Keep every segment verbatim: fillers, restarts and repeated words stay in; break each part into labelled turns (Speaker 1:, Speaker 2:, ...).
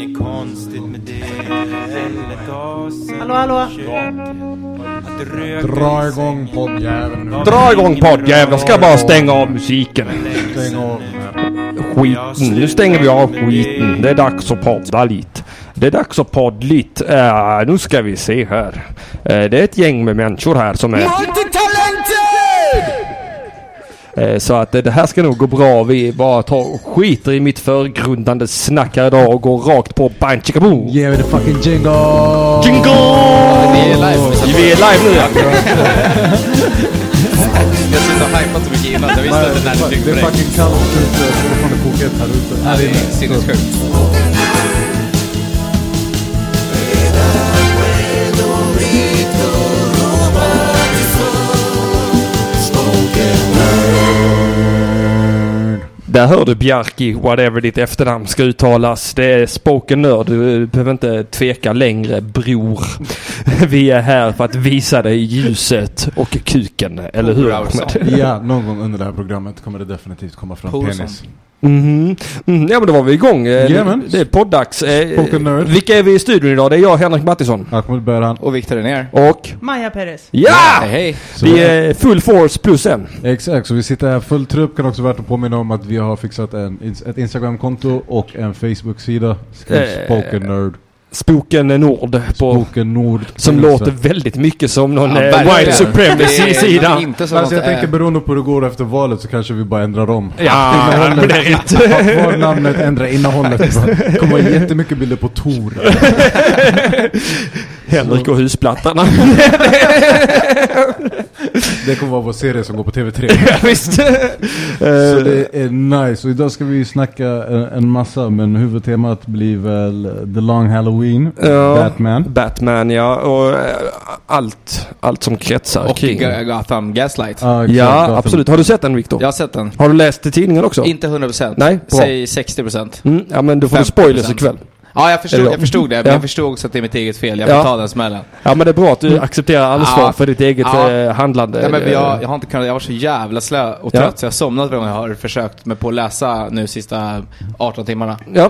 Speaker 1: inget konstigt med det.
Speaker 2: Hallå, hallå.
Speaker 3: Dra igång poddjäveln.
Speaker 4: Dra igång poddjäveln. Jag ska bara stänga av musiken.
Speaker 3: Stäng av.
Speaker 4: Skiten. Nu stänger vi av skiten. Det är dags att podda lite. Det är dags att podda lite. Uh, nu ska vi se här. Uh, det är ett gäng med människor här som är... Uh, så att uh, det här ska nog gå bra. Vi bara tar och skiter i mitt förgrundande snack här idag och går rakt på Banchikaboom.
Speaker 3: Ge mig the fucking jingle.
Speaker 4: Jingle!
Speaker 5: Vi är live.
Speaker 4: Vi är live nu.
Speaker 5: Jag sitter och hypat så mycket innan. Jag visste att det där
Speaker 3: det är fucking kallt ute. Så då får ni koka ett här ute.
Speaker 5: Ja, det är sinnessjukt.
Speaker 4: Där hör du Bjarki, whatever ditt efternamn ska uttalas. Det är spoken nerd. Du behöver inte tveka längre, bror. Vi är här för att visa dig ljuset och kuken, eller hur?
Speaker 3: Ja, någon gång under det här programmet kommer det definitivt komma fram penis.
Speaker 4: Mm. Mm. Ja, men då var vi igång.
Speaker 3: Jajamän.
Speaker 4: Det är poddags.
Speaker 3: Spoken nerd.
Speaker 4: Vilka är vi i studion idag? Det är jag, Henrik Mattisson.
Speaker 3: Ahmed Berhan.
Speaker 5: Och Viktor Renér.
Speaker 4: Och...
Speaker 2: Maja Perez.
Speaker 4: Ja!
Speaker 5: Hej, hej.
Speaker 4: Vi är full force plus en.
Speaker 3: Exakt, så vi sitter här full trupp. Kan också värt att påminna om att vi har fixat en, ett Instagram-konto och en Facebook-sida. Spoken Nerd.
Speaker 4: Spoken Nord på
Speaker 3: Spoken Nord.
Speaker 4: som låter väldigt mycket som någon
Speaker 5: Ja,
Speaker 4: eh, white supremacy-sida.
Speaker 5: Inte så
Speaker 3: alltså jag
Speaker 5: något,
Speaker 3: tänker beroende på hur det går efter valet så kanske vi bara ändrar om.
Speaker 4: Ja, men det är rätt.
Speaker 3: Ha kvar namnet, ändra innehållet. Det kommer vara jättemycket bilder på Tor.
Speaker 4: Henrik och husplattarna.
Speaker 3: Det kommer vara vår serie som går på T V tre.
Speaker 4: Ja, visst.
Speaker 3: Så det är nice. Och idag ska vi snacka en massa, men huvudtemat blir väl The Long Halloween,
Speaker 4: ja,
Speaker 3: Batman.
Speaker 4: Batman, ja. Och äh, allt, allt som kretsar
Speaker 5: och
Speaker 4: kring.
Speaker 5: G- Gotham Gaslight.
Speaker 3: Ah, exakt,
Speaker 4: Ja,
Speaker 3: Gotham.
Speaker 4: absolut. Har du sett den, Victor?
Speaker 5: Jag har sett den.
Speaker 4: Har du läst i tidningen också?
Speaker 5: Inte hundra procent.
Speaker 4: Nej, bra.
Speaker 5: Säg sextio procent.
Speaker 4: Mm, ja, men du får du
Speaker 5: femtio procent.
Speaker 4: spoilers ikväll.
Speaker 5: Ja, jag förstod,
Speaker 4: Eller-
Speaker 5: jag förstod det. Men
Speaker 4: Ja.
Speaker 5: jag förstod också att det är mitt eget fel. Jag får
Speaker 4: Ja.
Speaker 5: ta den smällen.
Speaker 4: Ja, men det är bra att du accepterar ansvar
Speaker 5: Ja.
Speaker 4: för ditt eget
Speaker 5: Ja.
Speaker 4: eh, handlande.
Speaker 5: Ja, men jag, jag har inte kunnat, jag var så jävla slö och
Speaker 4: Ja.
Speaker 5: trött så jag somnat varje gång jag har försökt med på att läsa nu sista arton timmarna.
Speaker 4: Ja.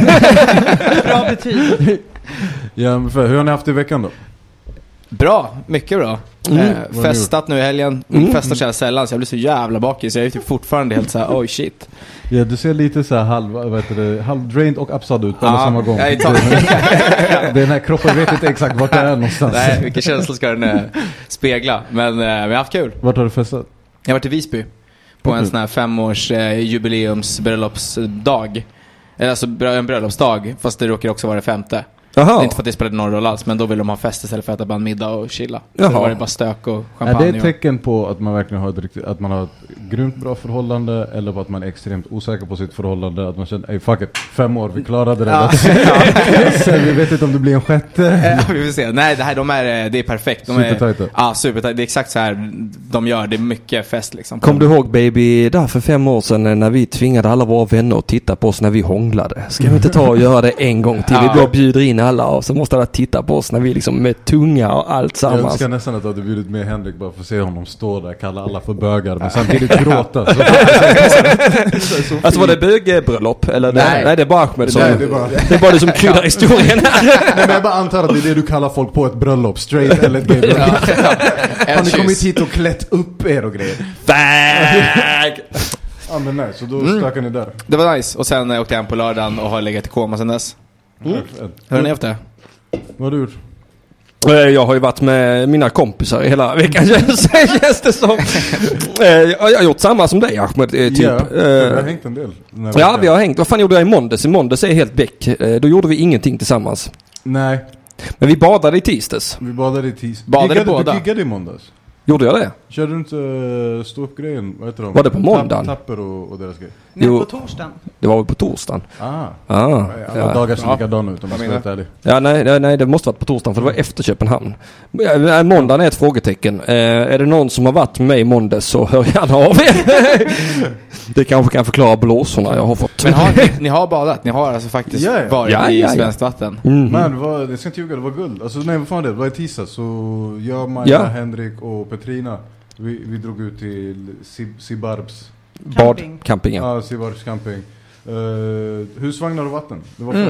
Speaker 2: Bra betyg.
Speaker 3: Ja, men för, hur har ni haft det i veckan då?
Speaker 5: Bra, mycket bra.
Speaker 4: Mm.
Speaker 5: Eh,
Speaker 3: Vad
Speaker 5: festat nu i helgen.
Speaker 4: Mm.
Speaker 5: Festar så sällan så jag blir så jävla bakis. Så jag är typ fortfarande helt så här, oj shit.
Speaker 3: Ja, du ser lite så här halv, vad heter det, halvdrained och upside ut på
Speaker 5: Ja,
Speaker 3: samma gång.
Speaker 5: jag är ta-
Speaker 3: Den här kroppen vet inte exakt vart det är någonstans.
Speaker 5: Nej, vilken känsla ska den eh, spegla. Men, eh, men jag har haft kul.
Speaker 3: Vart har du festat?
Speaker 5: Jag har varit i Visby på
Speaker 3: Okej.
Speaker 5: en sån här femårs eh, jubileums bröllopsdag. Eller alltså brö- en bröllopsdag, fast det råkar också vara det femte.
Speaker 4: Jaha.
Speaker 5: Inte för att det spelade någon roll alls, men då vill de ha fest istället för att äta bara en middag och chilla. Så
Speaker 4: Jaha.
Speaker 5: då var det bara stök och
Speaker 3: Är
Speaker 5: champagne.
Speaker 3: det ett tecken på att man verkligen har ett riktigt, att man har ett grymt bra förhållande, eller på att man är extremt osäker på sitt förhållande, att man känner, ey fuck it, fem år, vi klarade det.
Speaker 5: Ja.
Speaker 3: Sen vi vet inte om det blir en sjätte.
Speaker 5: Ja, vi får se. Nej, det här, de är, det är perfekt. De är,
Speaker 3: Supertajta.
Speaker 5: ja, supertajta. Det är exakt så här de gör. Det är mycket fest liksom.
Speaker 4: Kom du ihåg, baby, där för fem år sedan när vi tvingade alla våra vänner att titta på oss när vi hånglade? Ska vi inte ta och göra det en gång till? Vi
Speaker 5: Ja.
Speaker 4: bara bjuder in alla och så måste alla titta på oss när vi liksom med tunga och allt
Speaker 3: Jag
Speaker 4: sammans.
Speaker 3: önskar nästan att du hade bjudit med Henrik bara för att se honom stå där, kalla alla för bögar, men samtidigt gråta. Så.
Speaker 4: Alltså var det bögbröllop? Eller det?
Speaker 5: Nej.
Speaker 4: Nej, det är bara Ahmed som...
Speaker 3: Nej, det är bara-
Speaker 4: det är bara du som kryddar historien.
Speaker 3: Nej, men jag bara antar att det är det du kallar folk på ett bröllop, straight eller ett gay bröllop. Har ni kommit hit och klätt upp er och grejer?
Speaker 4: Fag!
Speaker 3: Ja, men nej, så då stökar ni där.
Speaker 5: Det var nice. Och sen eh, åkte jag hem på lördagen och har legat i koma sen dess.
Speaker 3: Mm.
Speaker 5: Hur har ni haft det?
Speaker 3: Vad har du gjort?
Speaker 4: Eh, Jag har ju varit med mina kompisar hela veckan, känns känns det som. Eh, Jag har gjort samma som dig, Ahmed, eh, typ.
Speaker 3: Ja, vi har
Speaker 4: Eh,
Speaker 3: hängt en del. den här
Speaker 4: Ja,
Speaker 3: veckan.
Speaker 4: vi har hängt. Vad fan gjorde jag i måndags? I måndags är jag helt väck. Eh, Då gjorde vi ingenting tillsammans.
Speaker 3: Nej,
Speaker 4: Men vi badade i tisdags.
Speaker 3: vi badade i tis.
Speaker 5: Badade
Speaker 3: Giggade-
Speaker 5: båda?
Speaker 3: Du giggade i måndags.
Speaker 4: Gjorde jag det?
Speaker 3: Körde du inte uh, ståuppgrejen? Vad heter de?
Speaker 4: Var det på måndagen?
Speaker 3: Tapp, tapper och, och deras grej.
Speaker 2: Nej,
Speaker 4: Jo.
Speaker 2: på torsdagen.
Speaker 4: Det var väl på torsdagen.
Speaker 3: Ah,
Speaker 4: Ah,
Speaker 3: alla
Speaker 4: ja.
Speaker 3: dagar ser
Speaker 5: Ja.
Speaker 3: likadana ut om man ska vara helt ärlig.
Speaker 4: Ja, nej, nej, nej, det måste varit på torsdagen för det var efter Köpenhamn. Eh, Måndagen är ett frågetecken. Eh, är det någon som har varit med i måndags så hör gärna av er. Det kanske kan förklara blåsorna jag har fått.
Speaker 5: Men har ni, ni har badat? Ni har alltså faktiskt
Speaker 3: Ja, ja.
Speaker 5: varit
Speaker 4: Ja,
Speaker 5: i
Speaker 4: ja, ja.
Speaker 5: svenskt vatten?
Speaker 4: Mhm.
Speaker 3: Men det var, jag ska inte ljuga, det var guld. Alltså nej, vad fan det? Det var i tisdag. Så jag, Maja,
Speaker 4: Ja.
Speaker 3: Henrik och Petrina, vi, vi drog ut till Sib- Sibarbs.
Speaker 4: Bad,
Speaker 2: Camping.
Speaker 4: campingen.
Speaker 3: Ja, Sibarbs camping. Uh, husvagnar och vatten. Det var
Speaker 5: Mm.
Speaker 3: fett.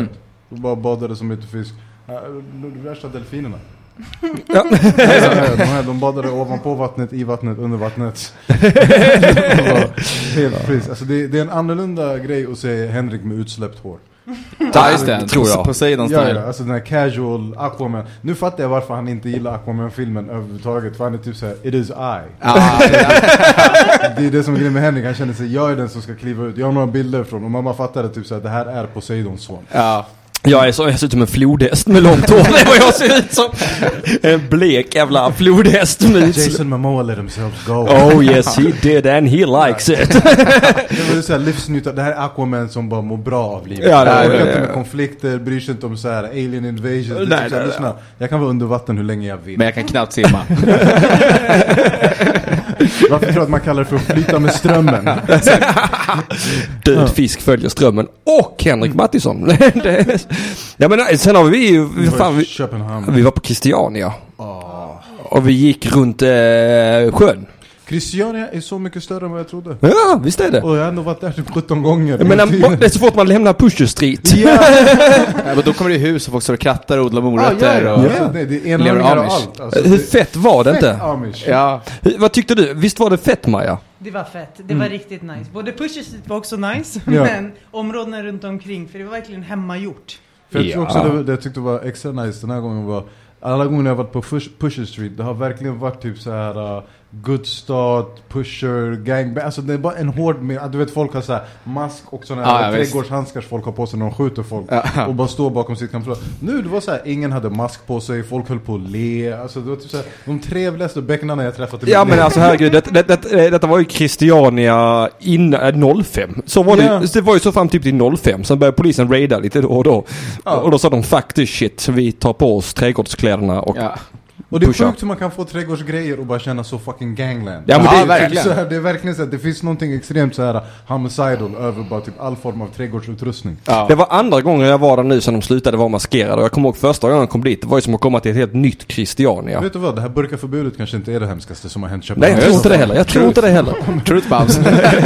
Speaker 3: De bara badade som lite fisk. Uh, de värsta delfinerna.
Speaker 4: Ja.
Speaker 3: de, här, de badade ovanpå vattnet, i vattnet, under vattnet. Det var helt friskt. Alltså det, det är en annorlunda grej att se Henrik med utsläppt hår.
Speaker 5: Ja, just det.
Speaker 4: Tror jag.
Speaker 5: Poseidon
Speaker 3: Ja,
Speaker 5: style.
Speaker 3: ja, alltså den här casual Aquaman. Nu fattar jag varför han inte gillar Aquaman-filmen överhuvudtaget. För han är typ såhär, it is I.
Speaker 5: Ja, ja.
Speaker 3: Det är det som är grejen med Henrik. Han känner sig, jag är den som ska kliva ut. Jag har några bilder från, och mamma fattade typ såhär, det här är Poseidons son.
Speaker 5: Ja.
Speaker 4: Jag är så, jag ser ut som en flodhäst med långt hår. Det är vad jag ser ut som. En blek jävla flodhäst med
Speaker 3: Jason Momoa let himself go.
Speaker 4: Oh yes, he did and he likes it.
Speaker 3: Det var så här livsnjutande. Det här är Aquaman som bara mår bra av livet.
Speaker 4: Ja, det är
Speaker 3: Jag
Speaker 4: det.
Speaker 3: orkar inte med konflikter, bryr sig inte om så här alien invasion.
Speaker 4: Nej,
Speaker 3: Nej, typ så här,
Speaker 4: nej,
Speaker 3: lyssna, jag kan vara under vatten hur länge jag vill.
Speaker 5: Men jag kan knappt simma.
Speaker 3: Varför tror du att man kallar det för att flyta med strömmen?
Speaker 4: Död fisk följer strömmen. Och Henrik Mattisson. Det är, ja, men sen har vi ju... Vi, fan, vi,
Speaker 3: Köpenhamn.
Speaker 4: vi var på Christiania.
Speaker 3: Oh.
Speaker 4: Och vi gick runt eh, sjön.
Speaker 3: Christiania är så mycket större än vad jag trodde.
Speaker 4: Ja, visst är det.
Speaker 3: Och jag har ändå varit där typ sjutton gånger.
Speaker 4: Men när, det är så fort man lämnar Pusher Street.
Speaker 3: Ja,
Speaker 5: Ja, men då kommer det ju hus och folk står och krattar och odlar morötter.
Speaker 3: ja, ja.
Speaker 5: Och...
Speaker 3: Ja. Det, det är
Speaker 5: Lever
Speaker 3: enhörningar och
Speaker 5: Amish.
Speaker 3: allt. Alltså,
Speaker 4: Hur
Speaker 3: det-
Speaker 4: fett var det inte?
Speaker 3: Fett Amish.
Speaker 5: Ja.
Speaker 4: Hur- Vad tyckte du? Visst var det fett, Maja?
Speaker 2: Det var fett. Det var riktigt nice. Både Pusher Street var också nice,
Speaker 3: Ja.
Speaker 2: men områdena runt omkring, för det var verkligen hemmagjort.
Speaker 3: För jag tror
Speaker 4: Ja.
Speaker 3: också det, det jag tyckte var extra nice den här gången var, alla gånger jag har varit på Push, Pusher Street, det har verkligen varit typ så här uh, good start, pusher, gangbang. Alltså det är bara en hård med, du vet, folk har så här mask och såna här
Speaker 5: Ja, ja, visst.
Speaker 3: trädgårdshandskar folk har på sig när de skjuter folk.
Speaker 5: Ja.
Speaker 3: Och bara står bakom sitt kampflöde. Nu det var så här, ingen hade mask på sig, folk höll på att le. Alltså det var typ så här, de trevligaste becknarna jag träffat i
Speaker 4: Ja,
Speaker 3: mitt
Speaker 4: men
Speaker 3: liv.
Speaker 4: alltså herregud, det, det, det, detta var ju Christiania innan noll fem. Så var det,
Speaker 3: Ja.
Speaker 4: det var ju så fram typ till noll fem. Sen började polisen raida lite då och då.
Speaker 3: Ja.
Speaker 4: Och då sa de, fuck this shit, så vi tar på oss trädgårdskläderna och...
Speaker 5: Ja.
Speaker 3: Och det är
Speaker 4: pusha.
Speaker 3: sjukt hur man kan få trädgårdsgrejer och bara känna så fucking gangland.
Speaker 4: Ja, men
Speaker 5: Ja,
Speaker 4: det är
Speaker 5: verkligen.
Speaker 3: Så här, det är verkligen så att det finns någonting extremt så här homicidal över bara typ all form av trädgårdsutrustning.
Speaker 5: Ja.
Speaker 4: Det var andra gången jag var där nu sen de slutade vara maskerade. Och jag kommer ihåg första gången jag kom dit, det var ju som att komma till ett helt nytt Christiania.
Speaker 3: Vet du vad, det här burkaförbudet kanske inte är det hemskaste som har hänt
Speaker 4: Nej, jag tror inte det heller. Jag tror inte det heller.
Speaker 5: Truth bombs.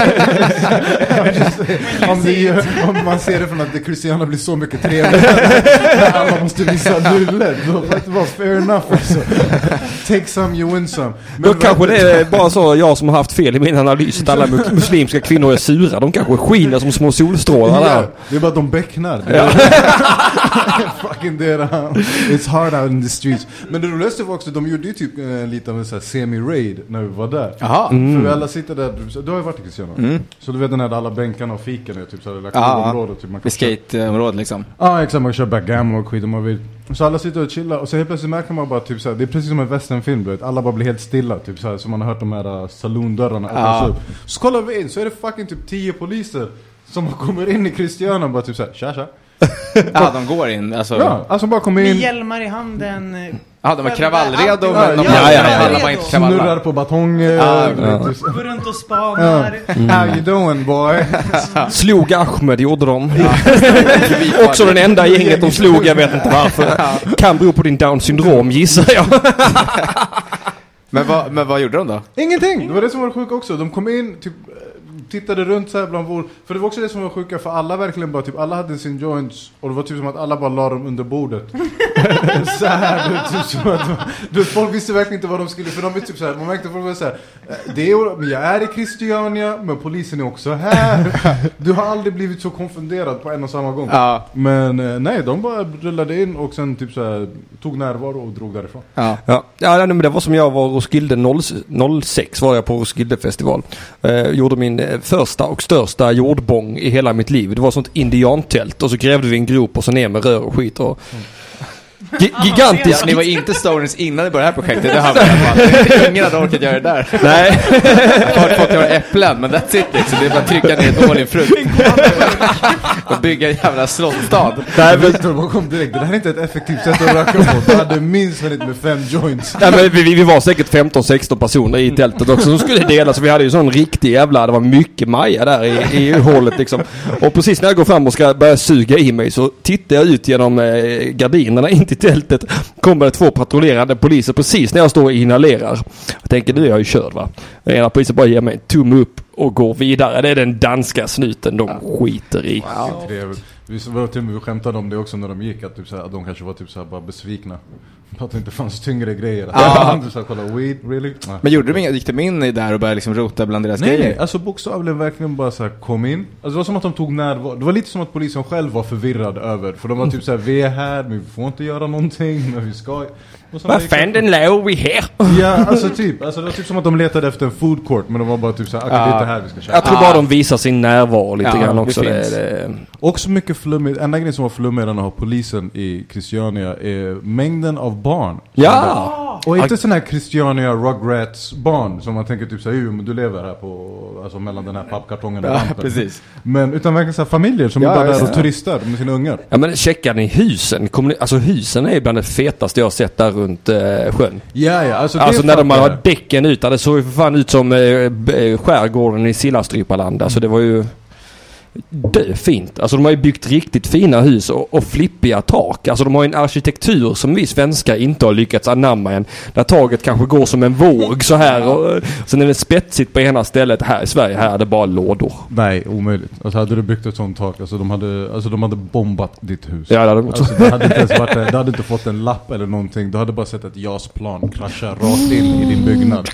Speaker 3: om, det gör, om man ser det från att det Christiana blir så mycket trevligare när alla måste visa nullet, då får det vara fair enough alltså. Take some, you win some. Men
Speaker 4: Då
Speaker 3: vad-
Speaker 4: kanske det är bara så jag som har haft fel i min analys att alla mu- muslimska kvinnor är sura. De kanske skiner som små solstrålar
Speaker 3: Ja,
Speaker 4: där.
Speaker 3: det är bara att de becknar. Det är fucking det. It's hard out in the streets. Men det roligaste var också, de gjorde ju typ eh, lite av en sån här semi-raid när vi var där.
Speaker 5: Jaha.
Speaker 3: För vi alla sitter där, du, du har ju varit i Christiana.
Speaker 5: Mm.
Speaker 3: Så du vet den här där alla bänkarna och fiken är typ så här,
Speaker 5: Ja,
Speaker 3: område, typ man kan
Speaker 5: Vid skateområdet liksom.
Speaker 3: Ja, exakt, man kör backgammon och skit om man vill. Så alla sitter och chillar och så helt plötsligt märker man bara typ så här, det är precis som en westernfilm, du vet. Alla bara blir helt stilla, typ så här, som man har hört de här uh, saloondörrarna öppnas
Speaker 5: Ja.
Speaker 3: upp. Så kollar vi in, så är det fucking typ tio poliser som kommer in i Christiana och bara typ så här, tja tja.
Speaker 5: Ja, de går in. Alltså,
Speaker 3: Ja, alltså bara kommer
Speaker 2: Med
Speaker 3: in,
Speaker 2: hjälmar i handen. eh,
Speaker 5: ja, de är kravallredo,
Speaker 2: Ja,
Speaker 5: men de
Speaker 3: ja,
Speaker 5: alla,
Speaker 3: ja, ja.
Speaker 5: alla bara inte
Speaker 3: snurrar
Speaker 5: kravallar.
Speaker 3: på batonger.
Speaker 5: Ja,
Speaker 3: du vet, typ så-
Speaker 2: Går runt och spanar.
Speaker 3: How you doing boy?
Speaker 4: Slog Ahmed gjorde de. Också den enda i gänget de slog, jag vet inte varför. Kan bero på din Down syndrom, gissar jag.
Speaker 5: Men vad, men vad gjorde de då?
Speaker 3: Ingenting, det var det som var sjukt också. De kom in, typ eh, tittade runt så här bland vår. För det var också det som var sjuka, för alla verkligen bara typ, alla hade sin joints. Och det var typ som att alla bara la dem under bordet. Så här, du vet, typ som att du vet, folk visste verkligen inte vad de skulle. För de var typ så här, man märkte att folk var så här, eh, det är, men jag är i Christiania, men polisen är också här. Du har aldrig blivit så konfunderad på en och samma gång.
Speaker 5: Ja.
Speaker 3: Men eh, nej, de bara rullade in och sen typ så här, tog närvaro och drog därifrån.
Speaker 5: Ja.
Speaker 4: Ja, ja nej, men det var som jag var Roskilde noll, noll sex var jag på Roskilde festival. Eh, gjorde min eh, första och största jordbång i hela mitt liv. Det var sånt indiantält och så grävde vi en grop och så ner med rör och skit och G- gigantisk.
Speaker 5: Ni var inte stoners innan ni började det här projektet. Det har vi i alla fall. Ingen hade orkat göra det där.
Speaker 4: Nej.
Speaker 5: Jag har fått göra äpplen, men that's it liksom. Det är bara att trycka ner ett hål i en frukt. Och bygga en jävla slottstad.
Speaker 3: Nej, Victor bara kom direkt. Det här är inte ett effektivt sätt att röka på. Du hade minst väldigt med fem joints.
Speaker 4: Ja, men vi, vi var säkert femton sexton personer i tältet också som skulle dela, så vi hade ju sån riktig jävla, det var mycket maja där i, i hålet liksom. Och precis när jag går fram och ska börja suga i mig så tittar jag ut genom eh, gardinerna in till tältet. Kommer det två patrullerande poliser precis när jag står och inhalerar. Jag tänker, nu är jag ju körd, va. Ena polisen bara ger mig en tumme upp och går vidare. Det är den danska snuten de skiter i.
Speaker 5: Wow.
Speaker 3: Trevligt. Vi, var till, vi skämtade om det också när de gick, att, typ, så här, att de kanske var typ, så här, bara besvikna. Att det inte fanns tyngre grejer.
Speaker 5: Ja.
Speaker 3: Att, så här, kolla, weed, really? Nej.
Speaker 5: Men gjorde de inga, gick de in i där och började liksom rota bland deras
Speaker 3: Nej,
Speaker 5: grejer?
Speaker 3: nej, alltså bokstavligen verkligen bara så här, kom in. Alltså det var som att de tog närvaro. Det var lite som att polisen själv var förvirrad över. För de var typ så här, vi är här, men vi får inte göra någonting, men vi ska...
Speaker 4: Vad fan den låg vi här?
Speaker 3: Ja, alltså typ. Alltså det var typ som att de letade efter en food court, men de var bara typ så här, okej, okay,
Speaker 5: Ja.
Speaker 3: det är här vi ska köpa.
Speaker 4: Jag tror bara de visar sin närvaro lite
Speaker 5: Ja,
Speaker 4: grann
Speaker 5: det
Speaker 4: också. Det,
Speaker 5: finns.
Speaker 3: det... Också mycket flummigt. Enda grejen som var flummigare än att ha polisen i Christiania är mängden av barn.
Speaker 4: Ja!
Speaker 3: Och inte sån här Christiania Rugrats barn som man tänker typ såhär, jo men du lever här på, alltså mellan den här pappkartongen och
Speaker 5: Ja,
Speaker 3: lampen.
Speaker 5: precis.
Speaker 3: Men utan verkligen så här familjer som
Speaker 5: Ja,
Speaker 3: är bara
Speaker 5: just
Speaker 3: där och
Speaker 5: det.
Speaker 3: turistar med sina ungar.
Speaker 4: Ja, men checkar ni husen? Kommer ni, alltså husen är bland det fetaste jag har sett där runt eh, sjön.
Speaker 3: Ja, ja, alltså,
Speaker 4: Alltså
Speaker 3: det
Speaker 4: när de
Speaker 3: fattar
Speaker 4: har
Speaker 3: jag.
Speaker 4: däcken ut, det såg ju för fan ut som eh, b- skärgården i Sillastrypaland. Alltså det var ju dö fint. Alltså de har ju byggt riktigt fina hus och, och flippiga tak. Alltså de har ju en arkitektur som vi svenskar inte har lyckats anamma än. Där taget kanske går som en våg så här. Och, sen är det spetsigt på ena stället. Här i Sverige här är det bara lådor.
Speaker 3: Nej, omöjligt. Alltså hade du byggt ett sånt tak, alltså de hade, alltså de hade bombat ditt hus.
Speaker 4: Ja, det hade de också.
Speaker 3: Alltså, det hade inte ens varit, det hade inte fått en lapp eller någonting. Du hade bara sett ett jasplan krascha rakt in i din byggnad.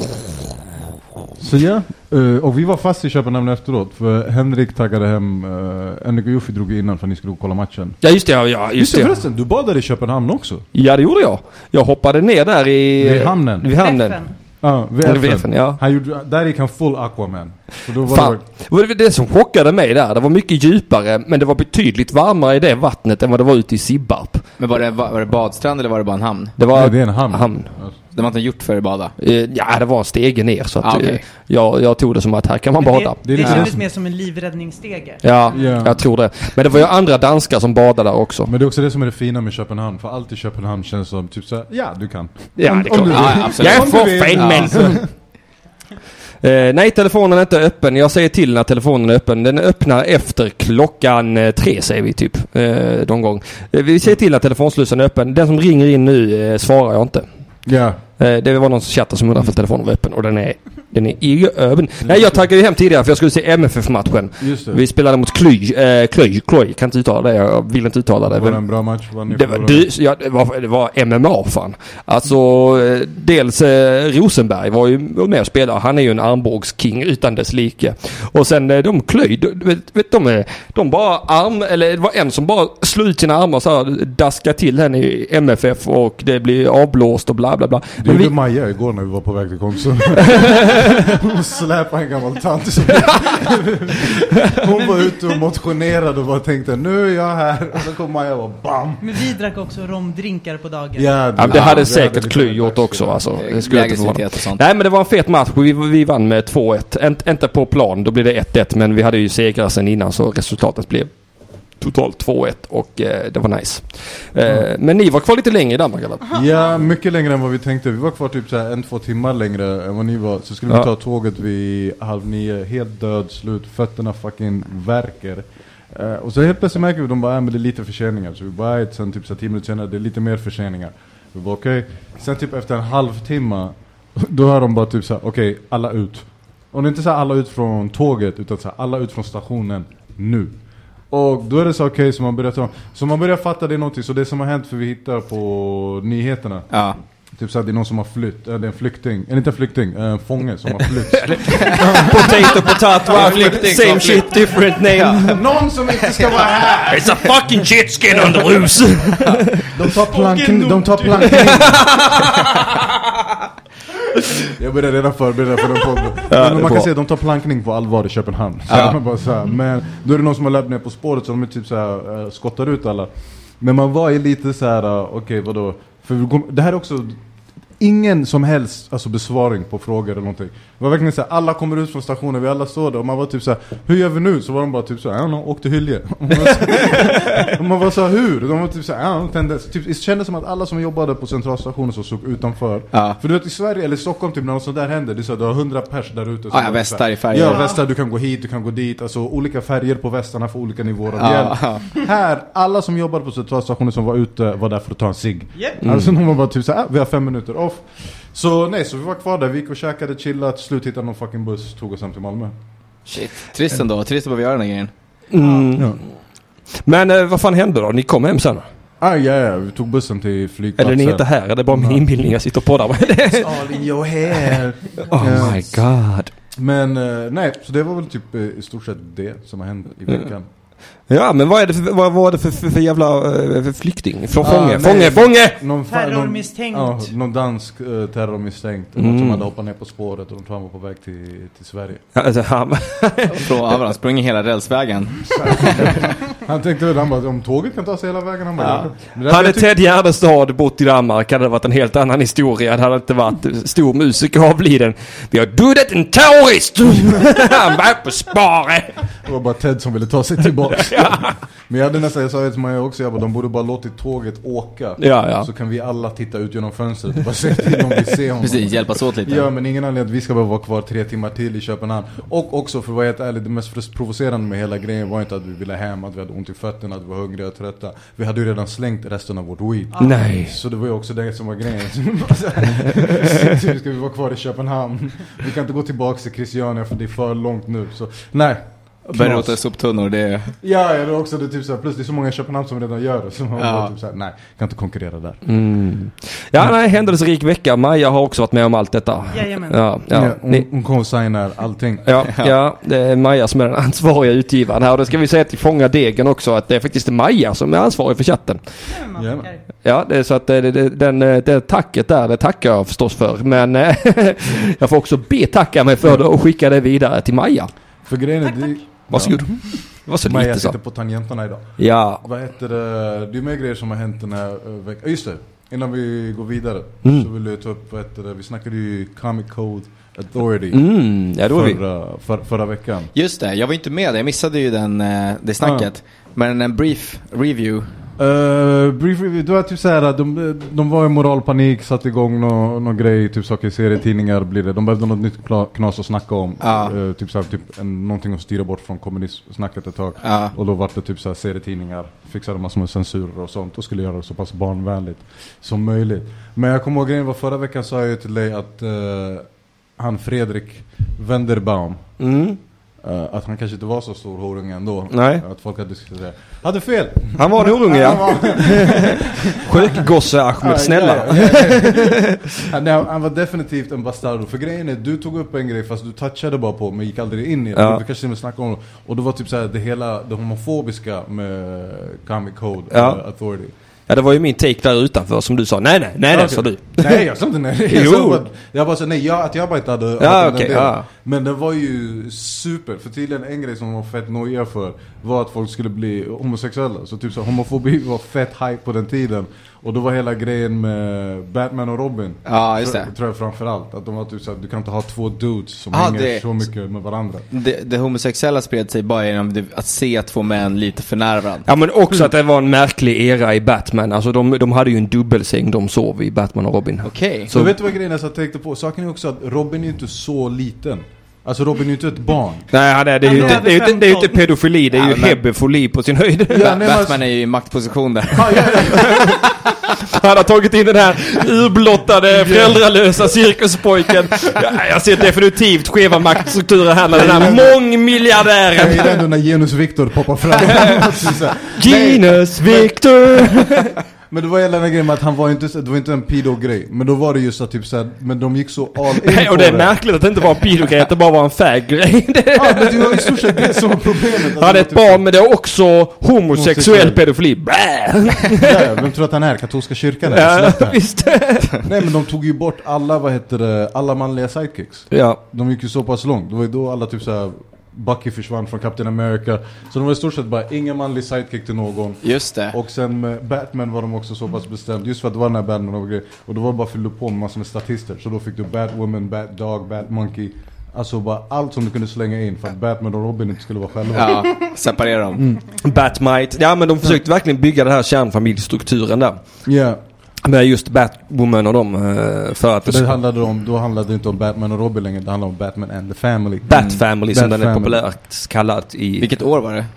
Speaker 3: Så ja, uh, och vi var fast i Köpenhamn efteråt. För Henrik taggade hem, uh, Henrik och Joffi drog innan för att ni skulle kolla matchen.
Speaker 4: Ja just det, ja, ja
Speaker 3: Just
Speaker 4: just
Speaker 3: det,
Speaker 4: det.
Speaker 3: förresten, du badade i Köpenhamn också.
Speaker 4: Ja det gjorde jag. Jag hoppade ner där i...
Speaker 3: Vid hamnen.
Speaker 4: Vid hamnen.
Speaker 2: F N.
Speaker 3: Ja, vid
Speaker 4: Ja,
Speaker 3: F N.
Speaker 4: vid F N, ja.
Speaker 3: Han gjorde, där gick han full Aquaman. Så då var
Speaker 4: Fan. Det var det som chockade mig där. Det var mycket djupare men det var betydligt varmare i det vattnet än vad det var ute i Sibbarp.
Speaker 5: Men var det, var, var det badstrand eller var det bara en hamn?
Speaker 4: Det var
Speaker 3: Nej, det är en hamn.
Speaker 4: hamn.
Speaker 3: Alltså.
Speaker 5: Det var inte gjort för att bada?
Speaker 4: Eh, Ja, det var en stege ner så att
Speaker 5: Ah, okej.
Speaker 4: eh, jag, jag tog det som att här kan man
Speaker 2: Men
Speaker 4: bada.
Speaker 2: Det,
Speaker 3: Det är
Speaker 2: det,
Speaker 3: lite
Speaker 2: kändes
Speaker 3: det-
Speaker 2: mer som en livräddningsstege.
Speaker 4: Ja,
Speaker 3: Ja.
Speaker 4: jag tror det. Men det var ju andra danskar som badade där också.
Speaker 3: Men det är också det som är det fina med Köpenhamn. För allt i Köpenhamn känns som typ såhär, ja du kan.
Speaker 4: Ja,
Speaker 3: Om-
Speaker 4: det är
Speaker 3: om
Speaker 4: klart.
Speaker 3: du vill.
Speaker 5: Ja, ja, absolut.
Speaker 4: Jag
Speaker 3: Om
Speaker 4: får
Speaker 3: du vill.
Speaker 4: fan
Speaker 5: Ja.
Speaker 4: men. Eh, nej, telefonen är inte öppen. Jag säger till när telefonen är öppen. Den öppnar efter klockan eh, tre säger vi typ. Eh, någon gång. Eh, vi säger till att telefonslussen är öppen. Den som ringer in nu eh, svarar jag inte.
Speaker 3: Ja.
Speaker 4: Eh, det var någon som chattade som undrade för telefonen var öppen. Och den är, den är i öppen. Nej, jag taggade ju hem tidigare för jag skulle se M F F-matchen.
Speaker 3: Just det.
Speaker 4: Vi spelade mot Kly. Eh, Kly. Kly. Kan inte uttala det. Jag vill inte uttala det.
Speaker 3: Var det
Speaker 4: Men-
Speaker 3: en bra match? Var ni
Speaker 4: det var,
Speaker 3: förlorade?
Speaker 4: du, ja, det, var, det var M M A fan. Alltså eh, dels eh, Rosenberg var ju med och spelade. Han är ju en armbågsking utan dess like. Och sen eh, de Klöj, du vet, vet de, eh, de bara arm, eller det var en som bara slog ut sina armar så här, daskade till henne i M F F och det blir avblåst och bla bla bla.
Speaker 3: Det
Speaker 4: Men
Speaker 3: gjorde
Speaker 4: vi,
Speaker 3: Maja igår när vi var på väg till Konsum. Hon släpade en gammal tant som... Hon var ute och motionerade och bara tänkte, nu är jag här. Och så kom Maja och bara bam.
Speaker 2: Men vi drack också romdrinkar på dagen.
Speaker 3: Ja,
Speaker 4: ja, det hade
Speaker 3: vi
Speaker 4: säkert
Speaker 3: lite
Speaker 4: Kly
Speaker 3: mer
Speaker 4: gjort
Speaker 3: dags
Speaker 4: också.
Speaker 3: för det.
Speaker 4: Alltså, det skulle jag inte förvåna.
Speaker 5: Lägeslitet och sånt.
Speaker 4: Nej, men det var en fet match. Vi, vi vann med två ett. Änt, inte på plan, då blev det ett ett. Men vi hade ju segrar sen innan så resultatet blev totalt två ett och eh, det var nice. Eh, men ni var kvar lite längre i Danmark eller?
Speaker 3: Ja, mycket längre än vad vi tänkte. Vi var kvar typ så här en, två timmar längre än vad ni var. Så skulle vi
Speaker 4: Ja.
Speaker 3: ta tåget vid halv nio, helt död, slut, fötterna fucking verkar. Uh, och så helt plötsligt märker vi, de bara, äh, men det är lite förseningar. Så vi bara, äh, sen typ så här tio minuter senare, det är lite mer förseningar. Vi bara, okej. Okay. Sen typ efter en halvtimme, då har de bara typ så här, okej, okay, alla ut. Och det är inte så här alla ut från tåget, utan så här, alla ut från stationen nu. Och då är det så okej, okay, så man börjar ta, så man börjar fatta det är någonting. Så det som har hänt, för vi hittar på nyheterna.
Speaker 5: Ja.
Speaker 3: Typ så att det är någon som har flytt, eller en flykting, eller inte en flykting, en fånge som har flytt.
Speaker 4: Potato, potato,
Speaker 5: Ja, flykting,
Speaker 4: same
Speaker 5: ja,
Speaker 4: shit, different name.
Speaker 3: Någon som inte ska vara här!
Speaker 4: It's a fucking jet skin on the loose.
Speaker 3: De tar plankning, de tar plankning. Jag började redan förbereda för den podden.
Speaker 4: Ja,
Speaker 3: Men man kan
Speaker 4: bra.
Speaker 3: säga att de tar plankning på allvar i Köpenhamn. Så
Speaker 5: Ja.
Speaker 3: man bara så här, men då är det någon som har löpt ner på spåret så de är typ så här, uh, skottar ut alla. Men man var ju lite så här, uh, okej okay, vadå? För vi kom, det här är också ingen som helst alltså besvaring på frågor eller någonting. Det var verkligen så här, alla kommer ut från stationen, vi alla står där och man var typ så här, hur gör vi nu? Så var de bara typ så här, ja, åk till Hylje. Och man var så- och man var så här, hur? De var typ så här, ja, tendens. Typ, det kändes som att alla som jobbade på centralstationen så såg utanför.
Speaker 5: Ja.
Speaker 3: För du vet i Sverige eller i Stockholm typ när något sånt där händer, det är så att du har hundra pers där ute. som
Speaker 5: Ja, ja,
Speaker 3: bara
Speaker 5: västar
Speaker 3: så här,
Speaker 5: i färger.
Speaker 3: Ja, västar, du kan gå hit, du kan gå dit. Alltså olika färger på västarna för olika nivåer av
Speaker 5: Ja,
Speaker 3: hjälp.
Speaker 5: ja.
Speaker 3: Här, alla som jobbade på centralstationen som var ute var där för att ta en cigg.
Speaker 2: Yep.
Speaker 3: Alltså de var bara typ såhär, ah, vi har fem minuter off. Så nej, så vi var kvar där, vi gick och käkade, chillat, slut hittade någon fucking buss, tog oss hem till Malmö.
Speaker 5: Shit. Trist ändå. Trist att behöva göra den här grejen.
Speaker 4: Mm.
Speaker 3: Ja.
Speaker 4: Men eh, vad fan hände då? Ni kom hem sen?
Speaker 3: Ah, ja, ja, vi tog bussen till flygplatsen.
Speaker 4: Eller ni är inte här, är det bara min inbildning jag sitter och poddar med?
Speaker 3: All in your hair.
Speaker 4: Oh
Speaker 3: Ja.
Speaker 4: my god.
Speaker 3: Men eh, nej, så det var väl typ eh, i stort sett det som har hänt i veckan.
Speaker 4: Ja, men vad är det för, vad var det för, för, för jävla uh, för flykting? För
Speaker 3: Ah,
Speaker 4: fånge,
Speaker 3: nej.
Speaker 4: fånge, fånge!
Speaker 3: Någon fa-
Speaker 2: Terrormisstänkt.
Speaker 3: Någon, ja, någon dansk uh, terrormisstänkt.
Speaker 4: Mm.
Speaker 3: Någon som hade hoppat ner på spåret och de tror han var på väg till, till Sverige.
Speaker 4: Alltså, han,
Speaker 5: Från han sprang hela rälsvägen.
Speaker 3: Han tänkte väl, han bara, om tåget kan ta sig hela vägen. Han bara,
Speaker 5: Ja.
Speaker 3: det där
Speaker 4: hade
Speaker 3: jag tyck-
Speaker 4: Ted Gärdestad bott i Danmark hade det varit en helt annan historia. Det hade inte varit stor musiker avliden. Vi har dödat en terrorist! Han var på spare!
Speaker 3: Det var bara Ted som ville ta sig tillbaka. Men jag hade nästan, jag sa det till mig också, jag bara, de borde bara låtit tåget åka.
Speaker 4: Ja, ja.
Speaker 3: Så kan vi alla titta ut genom fönstret och bara se till om vi ser honom.
Speaker 5: Precis, hjälpas åt lite.
Speaker 3: Ja, men ingen anledning att vi ska behöva vara kvar tre timmar till i Köpenhamn. Och också, för att vara helt ärlig, det mest provocerande med hela grejen var inte att vi ville hem, att vi hade ont i fötterna, att vi var hungriga och trötta. Vi hade ju redan slängt resten av vårt weed.
Speaker 4: Nej.
Speaker 3: Så det var ju också det som var grejen. Så ska vi vara kvar i Köpenhamn? Vi kan inte gå tillbaka till Christiania för det är för långt nu. Så nej.
Speaker 5: Börja rota soptunnor, det är...
Speaker 3: Ja, ja, det är också det, typ så här, plus det är så många i Köpenhamn som redan gör det. Så man
Speaker 5: Ja.
Speaker 3: bara typ så här, nej, kan inte konkurrera där.
Speaker 4: Mm. Ja, nej, händelserik vecka. Maja har också varit med om allt detta.
Speaker 2: Jajamän.
Speaker 4: Ja, ja.
Speaker 3: Ja, hon,
Speaker 4: Ni,
Speaker 3: hon co-signar allting.
Speaker 4: ja, ja, det är Maja som är den ansvariga utgivaren här. Och det ska vi säga till Fånga Degen också, att det är faktiskt Maja som är ansvarig för chatten.
Speaker 3: Ja.
Speaker 4: Ja, det är så att det, det, den, det tacket där, det tackar jag förstås för. Men eh, jag får också betacka mig för det och skicka det vidare till Maja.
Speaker 3: För grejen är, det,
Speaker 4: Varsågod. Det var så
Speaker 3: Maja
Speaker 4: lite så.
Speaker 3: sitter på tangenterna idag.
Speaker 4: Ja.
Speaker 3: Vad heter det? Det är mer grejer som har hänt den här uh, veckan. Just det, innan vi går vidare
Speaker 4: Mm.
Speaker 3: så vill jag ta upp, vad heter det? Vi snackade ju Comic Code Authority
Speaker 4: Mm, ja, då är vi.
Speaker 3: förra, för, förra veckan.
Speaker 5: Just det, jag var inte med. Jag missade ju den, eh, det snacket. Men en brief review.
Speaker 3: Uh, brief review, det var typ såhär, de, de var i moralpanik, satt igång någon, någon grej, typ saker i serietidningar blir det. De behövde något nytt kla- knas att snacka om.
Speaker 5: Ja.
Speaker 3: Uh, typ såhär, typ en, någonting att styra bort från kommunistsnacket ett tag.
Speaker 5: Ja.
Speaker 3: Och då var det typ såhär serietidningar, fixade massor med censurer och sånt och skulle göra det så pass barnvänligt som möjligt. Men jag kommer ihåg grejen var förra veckan sa jag ju till dig att uh, han Fredrik Wenderbaum,
Speaker 4: Mm.
Speaker 3: Uh, att han kanske inte var så stor horunge ändå.
Speaker 4: Nej.
Speaker 3: Att folk hade skulle säga, hade fel.
Speaker 4: Han var en horunge, ja. Sjökgosse Ahmed, snälla.
Speaker 3: Ja, ja, ja. han, nej, han var definitivt en bastardo. För grejen är, du tog upp en grej fast du touchade bara på men gick aldrig in i det.
Speaker 4: Ja.
Speaker 3: Du kanske inte snacka om det. Och det var typ såhär, det hela, det homofobiska med Comic Code
Speaker 4: Ja.
Speaker 3: uh, Authority.
Speaker 4: Ja, det var ju min take där utanför som du sa. Nej, nej, nej, nej,
Speaker 3: Okej.
Speaker 4: sa du.
Speaker 3: Nej, jag sa inte nej. Jag,
Speaker 4: Jo.
Speaker 3: sa bara, jag bara sa nej, jag, att jag bara inte hade hade
Speaker 4: Ja,
Speaker 3: den
Speaker 4: okej,
Speaker 3: delen.
Speaker 4: ja.
Speaker 3: Men det var ju super. För tydligen en grej som var fett noja för var att folk skulle bli homosexuella. Så typ så homofobi var fett hype på den tiden. Och då var hela grejen med Batman och Robin.
Speaker 5: Ja, just det.
Speaker 3: Tror, tror jag framförallt. Att de var typ så att du kan inte ha två dudes som
Speaker 5: Ah,
Speaker 3: hänger
Speaker 5: det-
Speaker 3: så mycket med varandra.
Speaker 5: Det, det homosexuella spred sig bara genom det, att se två män lite för närvarande.
Speaker 4: Ja, men också att det var en märklig era i Batman. Alltså de, de hade ju en dubbelsäng, de sov i Batman och Robin.
Speaker 5: Okej.
Speaker 3: Så vet du vad grejen är så jag tänkte på? Saken är också att Robin är ju inte så liten. Alltså Robin är ju inte ett barn.
Speaker 4: Nej, han är, det är ju
Speaker 2: Han
Speaker 4: inte,
Speaker 2: är
Speaker 4: det är ju inte, det är ju inte
Speaker 2: femton.
Speaker 4: pedofili, det är ju
Speaker 5: Ja, men-
Speaker 4: hebefoli på sin höjd.
Speaker 3: Ja,
Speaker 5: Ba-
Speaker 3: nej, men-
Speaker 5: Batman är ju i maktposition där.
Speaker 3: Ja, ja, ja.
Speaker 4: Han har tagit in den här urblottade, föräldralösa cirkuspojken. Ja, jag ser definitivt skeva maktstrukturer här när den här
Speaker 3: Jag
Speaker 4: mångmiljardären.
Speaker 3: gillar ändå när Genus Victor poppar fram. Så här, nej.
Speaker 4: Genus Victor.
Speaker 3: Men det var hela den här grejen med att han var inte, det var inte en pedo-grej. Men då var det just att typ såhär, men de gick så all in
Speaker 4: Nej,
Speaker 3: på
Speaker 4: och det är märkligt att det inte var en pedogrej, att det bara var en fag-grej.
Speaker 3: Ja, men det var i stort sett det som var problemet. Att
Speaker 4: Han
Speaker 3: det
Speaker 4: är
Speaker 3: var
Speaker 4: ett
Speaker 3: typ
Speaker 4: barn, men det är också homosexuell
Speaker 3: Homosexuell.
Speaker 4: pedofili. Bäh!
Speaker 3: Ja, ja, vem tror att han är? Katolska kyrkan är
Speaker 4: Ja,
Speaker 3: släpp det här.
Speaker 4: visst.
Speaker 3: Nej, men de tog ju bort alla, vad heter det, alla manliga sidekicks.
Speaker 4: Ja.
Speaker 3: De gick ju så pass långt. Det var ju då alla typ såhär, Bucky försvann från Captain America. Så de var i stort sett bara ingen manlig sidekick till någon.
Speaker 5: Just det.
Speaker 3: Och sen med Batman var de också så pass bestämd. Just för att det var den här Batman och grejer. Och då var det bara fyllde på med massor med statister. Så då fick du Batwoman, Batdog, Batmonkey. Alltså bara allt som du kunde slänga in för att Batman och Robin inte skulle vara själva.
Speaker 5: Ja, separera dem.
Speaker 4: Batmite. Ja, men de försökte verkligen bygga den här kärnfamiljstrukturen där.
Speaker 3: Ja.
Speaker 4: Med just Batwoman och dem. eh, För att
Speaker 3: För det handlade om, då handlade det inte om Batman och Robin längre. Det handlade om Batman and the Family.
Speaker 4: Bat Family som
Speaker 3: Bat
Speaker 4: den är
Speaker 3: Family.
Speaker 4: populärt kallad i...
Speaker 5: Vilket år var det?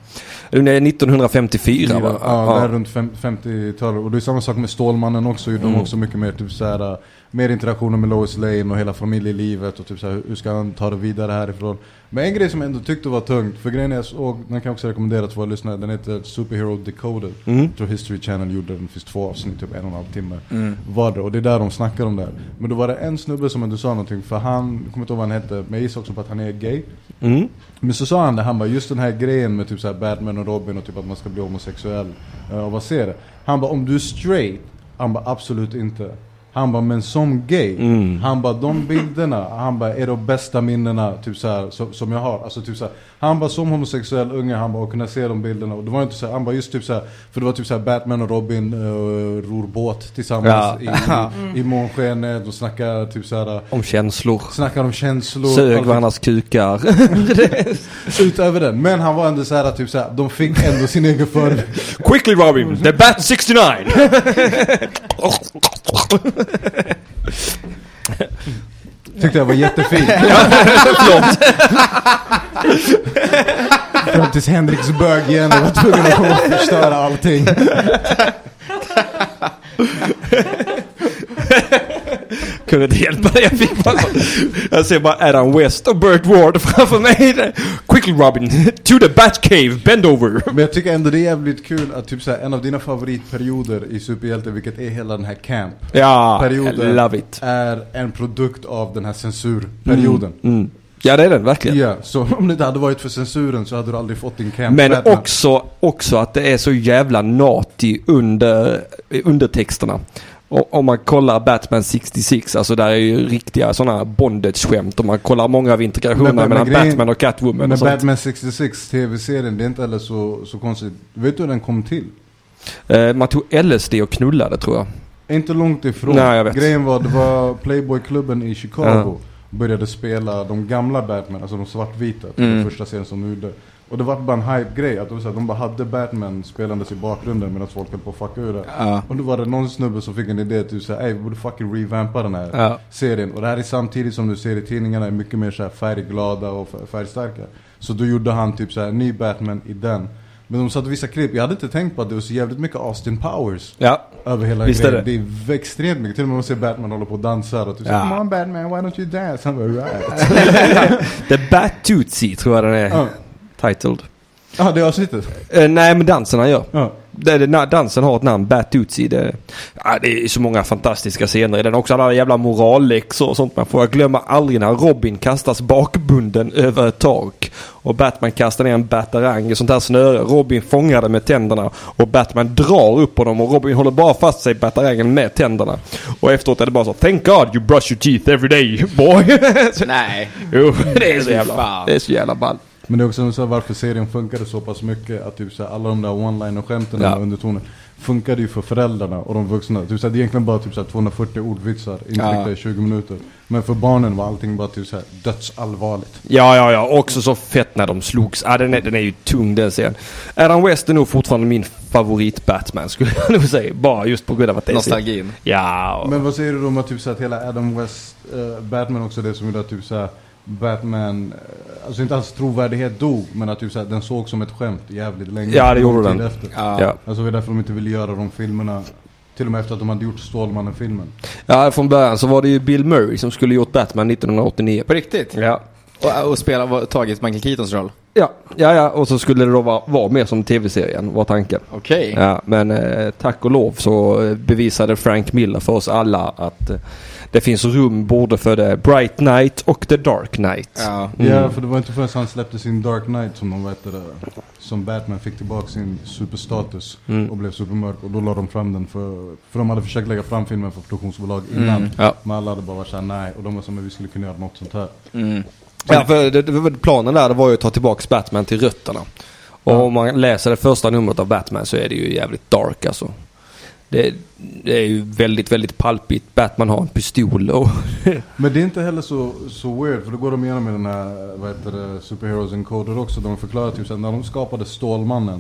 Speaker 4: är nittonhundrafemtiofyra va?
Speaker 3: Ja, ja. Där runt femtiotalet. Och det är samma sak med Stålmannen också. Mm. De också mycket mer typ såhär, mer interaktioner med Lois Lane och hela familjelivet och typ såhär, hur ska han ta det vidare härifrån. Men en grej som jag ändå tyckte var tungt, för grejen jag såg, den kan jag också rekommendera till våra lyssnare, den heter Superhero Decoded. Mm. Jag tror History Channel gjorde den, det finns två avsnitt, typ en och en halv timme mm. var det, och det är där de snackar om det här. Men då var det en snubbe som ändå sa någonting, för han, jag kommer inte ihåg vad han hette, men jag gissar också på att han är gay. Mm. Men så sa han det, han bara, just den här grejen med typ såhär Batman och Robin och typ att man ska bli homosexuell uh, och vad ser det? Han bara, om du är straight, han bara, absolut inte. Han bara, men som gay, mm. han bara, de bilderna, han bara, är de bästa minnena typ så här, som, som jag har. Alltså typ så här, han bara, som homosexuell unge, han bara, och kunna se de bilderna. Och det var inte så här, han bara, just typ så här, för det var typ så här, Batman och Robin uh, ror båt tillsammans ja. i, i, i månskenet. De snackar typ så här,
Speaker 4: om känslor.
Speaker 3: Snackar om känslor.
Speaker 4: Sög varandras kukar.
Speaker 3: Utöver den. Men han var ändå så här, typ så här, de fick ändå sin egen för.
Speaker 4: Quickly Robin, the Bat sextionio.
Speaker 3: Tyckte jag var jättefint.
Speaker 4: Förlåt.
Speaker 3: Fram tills Henriksberg igen och var tvungen att komma och förstöra allting.
Speaker 4: Kunde inte hjälpa det. Jag fick bara, jag ser bara Adam West och Burt Ward framför mig. Quickly Robin, to the Bat Cave, bend over.
Speaker 3: Men jag tycker ändå det är jävligt kul att typ så här, en av dina favoritperioder i superhjälte, vilket är hela den här camp.
Speaker 4: Ja,
Speaker 3: perioden,
Speaker 4: I love it.
Speaker 3: Är en produkt av den här censurperioden.
Speaker 4: Mm, mm. Ja, det är den verkligen.
Speaker 3: Ja, så om det inte hade varit för censuren så hade du aldrig fått din camp.
Speaker 4: Men också, också att det är så jävla naughty under undertexterna. Och om man kollar Batman sextiosex, alltså där är ju riktiga sådana bondage-skämt. Om man kollar många av integrationerna men, men, mellan grejen, Batman och Catwoman.
Speaker 3: Men
Speaker 4: och sånt.
Speaker 3: Batman sextiosex, tv-serien, det är inte heller så, så konstigt. Vet du hur den kom till?
Speaker 4: Eh, man tog L S D och knullade, tror jag.
Speaker 3: Inte långt ifrån.
Speaker 4: Nej, jag vet.
Speaker 3: Grejen var, det var Playboy-klubben i Chicago. Uh. Började spela de gamla Batman, alltså de svartvita, mm. den första serien som de gjorde. Och det var bara en hype-grej att de, så här, de bara hade Batman spelandes i bakgrunden medan folk höll på att fucka ur det. Ja. Och då var det någon snubbe som fick en idé till så här, ey, vi borde fucking revampa den här ja. serien. Och det här är samtidigt som du ser i tidningarna är mycket mer så här färgglada och färgstarka. Så då gjorde han typ så här ny Batman i den. Men de satte vissa klipp. Jag hade inte tänkt på att det var så jävligt mycket Austin Powers
Speaker 4: ja.
Speaker 3: över hela
Speaker 4: Visst
Speaker 3: grejen.
Speaker 4: Är det?
Speaker 3: det är extremt mycket. Till och med man ser Batman hålla på och dansa och typ ja. Come on Batman, why don't you dance? Han bara, right.
Speaker 4: The Bat-Tootsie tror jag den är
Speaker 3: ja.
Speaker 4: titled.
Speaker 3: Ja, det är avsnittet.
Speaker 4: Uh, nej, men dansen han gör.
Speaker 3: Ja.
Speaker 4: Det, det, dansen har ett namn, Bat-Tootsie. Det, ja, det är så många fantastiska scener i den. Också alla jävla moralläxor och sånt. Man får glömma aldrig när Robin kastas bakbunden över ett tak. Och Batman kastar ner en batarang i sånt här snöre. Robin fångar det med tänderna. Och Batman drar upp på dem. Och Robin håller bara fast sig i batarangen med tänderna. Och efteråt är det bara så, thank God you brush your teeth every day, boy.
Speaker 5: Nej.
Speaker 4: Jo, det är så jävla, det är så jävla ball.
Speaker 3: Men det är också så här, varför serien funkade så pass mycket att typ så här, alla de där one-line och skämten ja. under tonen funkade ju för föräldrarna och de vuxna. Typ så här, det är egentligen bara typ så här, tvåhundrafyrtio ordvitsar intryckta ja. i tjugo minuter. Men för barnen var allting bara typ så här, dödsallvarligt.
Speaker 4: Ja, ja, ja. Också så fett när de slogs. Ah, den, är, den är ju tung den scenen. Adam West är nog fortfarande min favorit Batman, skulle jag nog säga. Bara just på grund av att det är
Speaker 5: nostalgin.
Speaker 4: Ja. Och...
Speaker 3: Men vad säger du då om att typ så här, att hela Adam West uh, Batman också det som gjorde att typ så här, Batman, alltså inte alls trovärdighet dog, men att typ så här, den såg som ett skämt jävligt länge.
Speaker 4: Ja, det gjorde den.
Speaker 3: Efter.
Speaker 4: Ja. Ja.
Speaker 3: Alltså det är därför de inte ville göra de filmerna, till och med efter att de hade gjort Stålmannen-filmen.
Speaker 4: Ja, från början så var det ju Bill Murray som skulle gjort Batman nittonhundraåttionio.
Speaker 5: På riktigt?
Speaker 4: Ja.
Speaker 5: Och, och spela, var, tagit Michael Keatons roll?
Speaker 4: Ja, ja, ja. Och så skulle det då vara, vara mer som tv-serien, var tanken.
Speaker 5: Okej. Okay.
Speaker 4: Ja, men eh, tack och lov så bevisade Frank Miller för oss alla att eh, det finns rum både för The Bright Knight och The Dark Knight.
Speaker 3: Ja, mm. ja för det var inte förrän han släppte sin Dark Knight som de vet det, som Batman fick tillbaka sin superstatus mm. och blev supermörk. Och då la de fram den för, för de hade försökt lägga fram filmen för produktionsbolag innan. Mm. Ja. Men alla hade bara varit såhär nej. Och de var som att vi skulle kunna göra något sånt här.
Speaker 4: Mm. Ja, för det, det, planen där det var ju att ta tillbaka Batman till rötterna. Och ja. om man läser det första numret av Batman så är det ju jävligt dark alltså. Det, det är ju väldigt, väldigt palpigt. Batman har en pistol och
Speaker 3: men det är inte heller så, så weird. För då går de igenom med den här, vad heter det, Superheroes Encoder också. De förklarar typ så här, när de skapade Stålmannen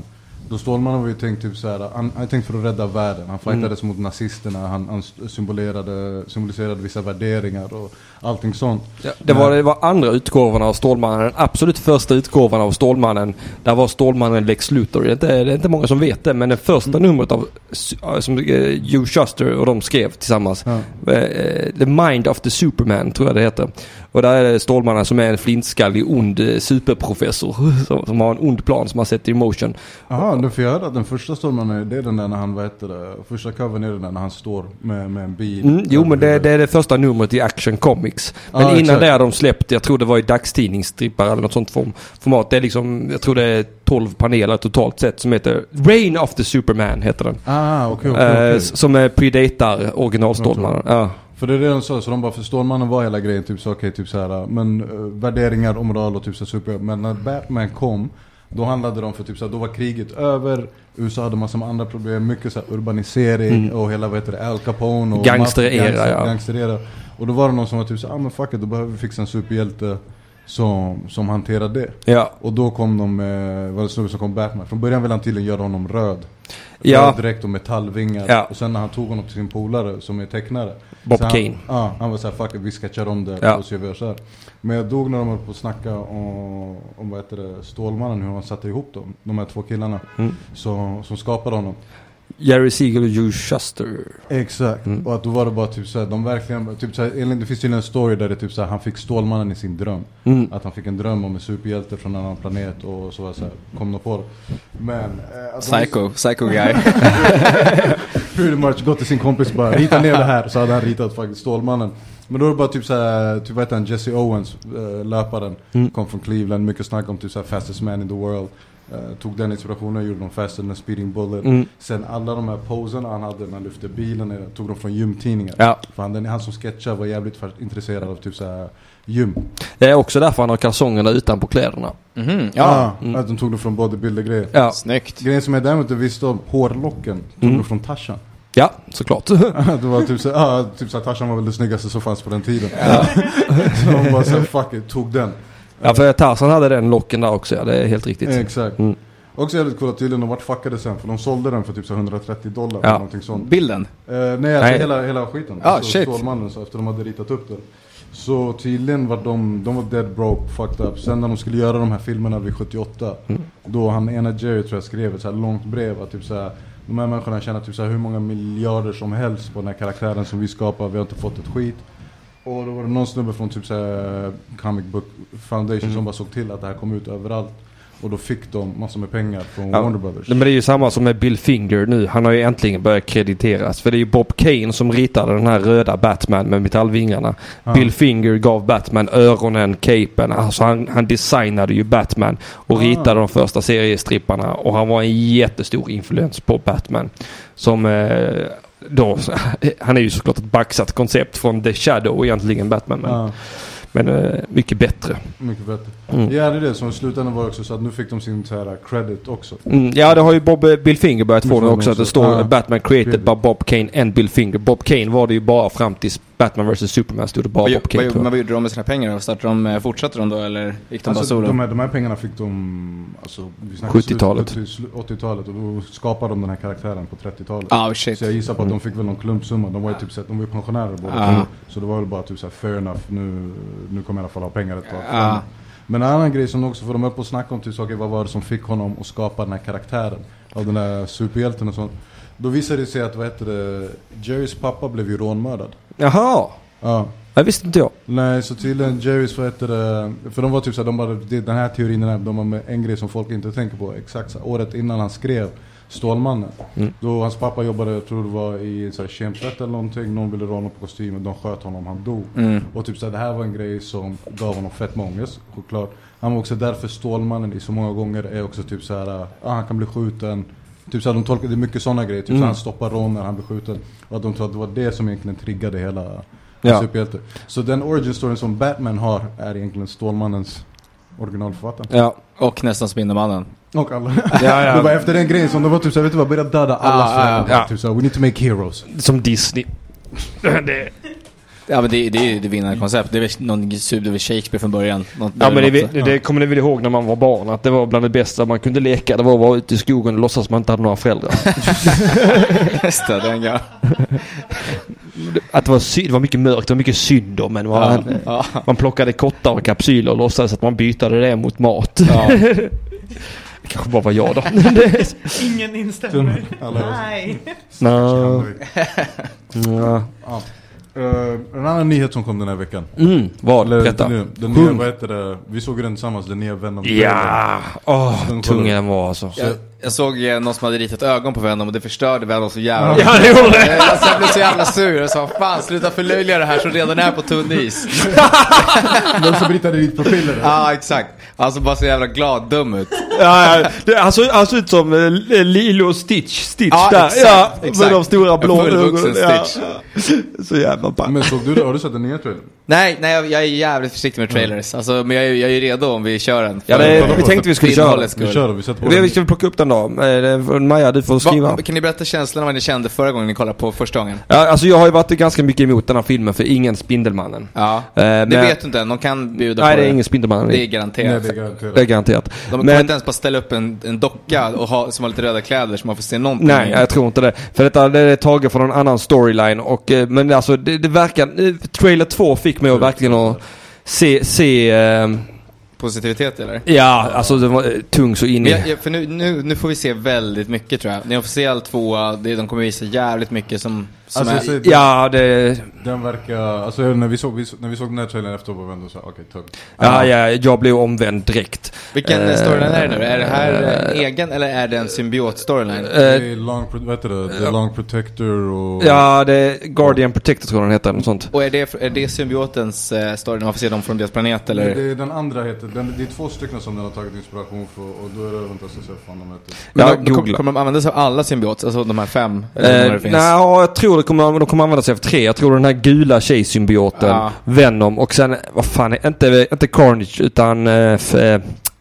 Speaker 3: Då Stålmannen var ju tänkt typ så här, han, han är tänkt för att rädda världen. Han fightades mm. mot nazisterna, han, han symboliserade, symboliserade vissa värderingar och allting sånt.
Speaker 4: Ja, det, var, det var andra utgåvan av Stålmannen. Den absolut första utgåvan av Stålmannen, där var Stålmannen Lex Luthor. Det är inte, det är inte många som vet det, men det första mm. numret av som uh, Joe Shuster och de skrev tillsammans, ja. uh, The Mind of the Superman tror jag det heter. Och där är det Stålmannen som är en flintskallig ond uh, superprofessor som, som har en ond plan som har sett i motion.
Speaker 3: Jaha, du får göra att den första Stålmannen, det är den där när han, vad heter det, första covern är den där när han står med, med en bil.
Speaker 4: Mm, jo, men det, det är det första numret i Action Comics. Men ah, innan exakt. Det har de släppt, jag tror det var i dagstidningsstrippar eller något sånt form, format. Det är liksom, jag tror det är tolv paneler totalt sett som heter Reign of the Superman heter den.
Speaker 3: Ah, okej, okay, okay,
Speaker 4: eh,
Speaker 3: okay.
Speaker 4: Som är predatar originalstålmannen. Ja.
Speaker 3: För det är det de sa, så de bara, för Stålmannen var hela grejen typ så okej, okay, typ så här, men uh, värderingar och moral och typ så super. Men när Batman kom, då handlade de för typ så här, då var kriget över. U S A hade massor med andra problem, mycket så här urbanisering mm. och hela, vad heter det, Al Capone och
Speaker 4: gangsterera, ja.
Speaker 3: gangsterera. Och då var det någon som var typ så, ah men fuck it, då behöver vi fixa en superhjälte som, som hanterade det.
Speaker 4: Ja. Och
Speaker 3: då kom de med, var det snubben som kom Batman. Från början ville han tydligen göra honom röd.
Speaker 4: Ja.
Speaker 3: Direkt och metallvingar.
Speaker 4: Ja.
Speaker 3: Och sen när han tog honom till sin polare som är tecknare.
Speaker 4: Bob
Speaker 3: han,
Speaker 4: Kane.
Speaker 3: Ja, han var såhär, fuck it, vi sketchar om det
Speaker 4: ja.
Speaker 3: och så gör vi så här. Men jag dog när de höll på att snacka om, om vad heter det, Stålmannen, hur han satte ihop dem. De här två killarna mm. som, som skapade honom.
Speaker 4: Jerry Siegel och Joe Shuster.
Speaker 3: Exakt. Mm. Och att då var det bara typ såhär, de verkligen typ såhär, det finns ju en story där det typ såhär, han fick Stålmannen i sin dröm. Mm. Att han fick en dröm om en superhjälte från en annan planet och så var så här, kom de på det. Men
Speaker 5: eh, Psycho, de... psycho guy.
Speaker 3: Pretty much gått till sin kompis bara, rita ner det här, så hade han ritat faktiskt Stålmannen. Men då är det bara typ såhär, typ vad heter han, Jesse Owens, äh, löparen, mm. kom från Cleveland, mycket snack om typ såhär fastest man in the world. Uh, tog den inspirationen och gjorde de faster än Speeding Bullet. Mm. Sen alla de här poserna han hade när han lyfte bilen tog de från gymtidningar. Ja. För han, den, han som sketchar var jävligt intresserad av typ såhär gym.
Speaker 4: Det är också därför han har kalsongerna utan på kläderna.
Speaker 3: Mm-hmm. Ja, mm. att de tog det från bodybuilder-grejer.
Speaker 4: Ja.
Speaker 5: Snyggt.
Speaker 3: Grejen som jag däremot visste om, hårlocken tog mm. de från Tarzan.
Speaker 4: Ja, såklart.
Speaker 3: Det var typ så, ah, typ så Tarzan var väl det snyggaste som fanns på den tiden. Ja. Så de bara så fuck it, tog den.
Speaker 4: Ja, för Tarzan hade den locken där också, ja, det är helt riktigt.
Speaker 3: Exakt. Mm. Också jävligt coolt att tydligen de vart fuckade sen, för de sålde den för typ så hundratrettio dollar
Speaker 4: ja.
Speaker 3: eller någonting sånt.
Speaker 5: Bilden?
Speaker 3: Uh, nej, alltså nej. Hela, hela skiten.
Speaker 5: Ah,
Speaker 3: alltså,
Speaker 5: shit.
Speaker 3: Stålmannen, så efter de hade ritat upp den. Så tydligen var de, de var dead broke, fucked up. Sen när de skulle göra de här filmerna vid sjuttioåtta, mm. då han ena Jerry tror jag skrev ett så här långt brev att typ så här, de här människorna tjänar typ så här hur många miljarder som helst på den här karaktären som vi skapar, vi har inte fått ett skit. Och då var det någon snubbe från typ så här Comic Book Foundation mm. som bara såg till att det här kom ut överallt. Och då fick de massor med pengar från ja. Warner Brothers.
Speaker 4: Men det är ju samma som med Bill Finger nu. Han har ju äntligen börjat krediteras. För det är ju Bob Kane som ritade den här röda Batman med metallvingarna. Ja. Bill Finger gav Batman öronen, capen. Alltså han, han designade ju Batman och ja. ritade de första seriestripparna. Och han var en jättestor influens på Batman. Som... Eh, Då, han är ju såklart ett baxat koncept från The Shadow egentligen Batman, men, ja. men uh, mycket bättre.
Speaker 3: Mycket bättre. Mm. Ja, det är det som i slutändan var också så att nu fick de sin så här credit också.
Speaker 4: Mm, ja, det har ju Bob Bill Finger börjat få det också, att det står ah. Batman created by Bob Kane and Bill Finger. Bob Kane var det ju bara fram till Batman versus Superman stod det bara
Speaker 5: vad,
Speaker 4: Bob Kane.
Speaker 5: Vad, vad gjorde de med sina pengar? Startade de, fortsatte de då eller gick de
Speaker 3: alltså,
Speaker 5: bara solo?
Speaker 3: De här, de här pengarna fick de alltså,
Speaker 4: sjuttiotalet.
Speaker 3: åttiotalet och då skapade de den här karaktären på trettiotalet.
Speaker 5: Oh, shit.
Speaker 3: Så jag gissar på att de fick väl någon klumpsumma. De var ju typ så de var ju pensionärer båda. Ah. Så det var väl bara typ så här, fair enough. Nu, nu kommer jag i alla fall ha pengar ett tag. Ah. Men en annan grej som också, för de är på att snacka om typ saker, vad var det som fick honom att skapa den här karaktären av den här superhjälten och sånt. Då visade det sig att, vad heter det, Jerrys pappa blev ju rånmördad.
Speaker 4: Jaha.
Speaker 3: Ja.
Speaker 4: Jag visste inte jag.
Speaker 3: Nej, så tydligen Jerrys, vad heter det, för de var typ så här, de bara, den här teorin, den här, de var med en grej som folk inte tänker på. Exakt så här, året innan han skrev Stålmannen. Mm. Då hans pappa jobbade, jag tror det var i så här kemtvätt eller någonting. Någon ville råna på kostymen, de sköt honom, han dog. Mm. Och typ så här, det här var en grej som gav honom fett mångest, självklart. Han var också därför Stålmannen i så många gånger är också typ så här, ah, han kan bli skjuten. Typ så här, de tolkade mycket sådana grejer. Typ mm. så han stoppar rån när han blir skjuten. Och att de tror att det var det som egentligen triggade hela ja. superhjälte. Så den origin storyn som Batman har är egentligen Stålmannens originalförfattaren.
Speaker 4: Ja,
Speaker 5: och nästan Spindelmannen.
Speaker 3: Och alla. Ja, ja. Det var efter den grejen som det var typ så, vet du vad, började döda alla.
Speaker 4: Ah, ja, ja.
Speaker 3: Typ så, we need to make heroes.
Speaker 4: Som Disney. det.
Speaker 5: Ja, men det, det är ju det vinnande koncept. Det är väl någon sub över Shakespeare från början. Något,
Speaker 4: Ja, men det,
Speaker 5: något,
Speaker 4: det, det kommer ni väl ihåg när man var barn, att det var bland det bästa man kunde leka. Det var att vara ute i skogen och låtsas man inte hade några föräldrar.
Speaker 5: Just det, den gången.
Speaker 4: Att det var, sy- det var mycket mörkt, det var mycket synder, men man,
Speaker 5: Ja, ja.
Speaker 4: man plockade kottar och kapsyler och låtsades att man bytade det mot mat.
Speaker 5: Ja.
Speaker 4: Det kanske bara var jag då.
Speaker 2: Ingen instämmer.
Speaker 3: Alla-
Speaker 2: Nej.
Speaker 4: Nå. Ja.
Speaker 3: Ja. Uh, en annan nyhet som kom den här veckan.
Speaker 4: Mm, vad?
Speaker 3: Eller,
Speaker 4: Berätta.
Speaker 3: den, den nya, vad heter det? Vi såg den tillsammans, den nya Venom.
Speaker 4: Ja, åh,
Speaker 3: Den
Speaker 4: tung
Speaker 3: kollar-
Speaker 4: den var alltså.
Speaker 5: Jag, jag såg eh, någon som hade ritat ögon på Venom och det förstörde Venom så jävla.
Speaker 4: Ja, det gjorde det.
Speaker 5: Eh, alltså, jag blev så jävla sur och sa, fan sluta förlöjliga det här som redan är på tunn is.
Speaker 3: Den som ritade dit profiler.
Speaker 5: Ja, exakt. Alltså bara så jävla glad, dum ut.
Speaker 4: Ja, ja. Det, han, såg, han såg ut som uh, Lilo Stitch, Stitch
Speaker 5: Ja,
Speaker 4: där.
Speaker 5: exakt,
Speaker 4: ja,
Speaker 5: exakt.
Speaker 4: med de stora
Speaker 5: En
Speaker 4: blå
Speaker 5: fullvuxen
Speaker 4: ögonen.
Speaker 5: Stitch.
Speaker 4: Ja. Så jävla bra.
Speaker 3: Men såg du det? Har du sett den nya trailern?
Speaker 5: Nej, nej jag, jag är jävligt försiktig med trailers. Alltså, men jag, är- jag är redo om vi kör den.
Speaker 4: Ja, det, vi tänkte vi skulle köra.
Speaker 5: Innehållets
Speaker 3: Vi
Speaker 5: skull.
Speaker 3: kör då, vi sätter på
Speaker 4: Vi
Speaker 3: den.
Speaker 4: ska plocka upp den då. Eh, Maja, du får skriva.
Speaker 5: Va, kan ni berätta känslan av vad ni kände förra gången ni kollade på första gången?
Speaker 4: Ja, alltså jag har ju varit ganska mycket emot den här filmen för ingen Spindelmannen.
Speaker 5: Ja,
Speaker 4: Eh,
Speaker 5: det
Speaker 4: men-
Speaker 5: vet du inte än. De kan bjuda
Speaker 4: Nej,
Speaker 5: på
Speaker 4: det är ingen Spindelmannen.
Speaker 5: Det är
Speaker 3: Nej,
Speaker 5: garanterat.
Speaker 3: det är garanterat.
Speaker 4: Det är garanterat.
Speaker 5: De kommer
Speaker 4: Men
Speaker 5: inte ens bara ställa upp en, en docka och ha, som har lite röda kläder så man får se någonting.
Speaker 4: nej, jag tror inte det. För detta det är taget från en annan storyline. Och, eh, men alltså det, det verkar... eh, Trailer två fick mig att verkligen att se... se eh,
Speaker 5: Positivitet eller?
Speaker 4: ja, alltså det var eh, tung så in
Speaker 5: Men
Speaker 4: i...
Speaker 5: jag, jag, för nu, nu, nu får vi se väldigt mycket tror jag. Ni får se all tvåa, det, de kommer visa jävligt mycket som, som
Speaker 3: Alltså,
Speaker 5: är...
Speaker 3: jag säger-
Speaker 4: Ja, det...
Speaker 3: Den verkar, alltså när vi såg, vi, när vi såg den här trailern efter på Venom så okej, tungt.
Speaker 4: Ja, ja, jag blev omvänd direkt.
Speaker 5: Vilken
Speaker 4: Eh,
Speaker 5: storyline är det nu? Är det här en egen eller är det en symbiot-storyline?
Speaker 3: Det
Speaker 4: Eh,
Speaker 3: är long, Pro- vad heter det? The Long Protector och...
Speaker 4: ja, det är Guardian Protector tror jag den heter, något sånt.
Speaker 5: Och är det, är det symbiotens eh, story? Man får se dem från deras planet eller?
Speaker 3: Det är den andra heter, den, det är två stycken som den har tagit inspiration för och då är det, vänta så ser jag fan de heter.
Speaker 5: Men
Speaker 4: Ja,
Speaker 5: de, de, kommer,
Speaker 4: googla.
Speaker 5: kommer de använda sig av alla symbiots? Alltså de här fem? Eller hur många
Speaker 4: Eh,
Speaker 5: det finns?
Speaker 4: nej, ja, jag tror det kommer, de kommer använda sig av tre. Jag tror den här gula tjejsymbioten,
Speaker 5: Ja.
Speaker 4: Venom och sen, vad fan, är- inte, inte Carnage utan... eh, f, eh,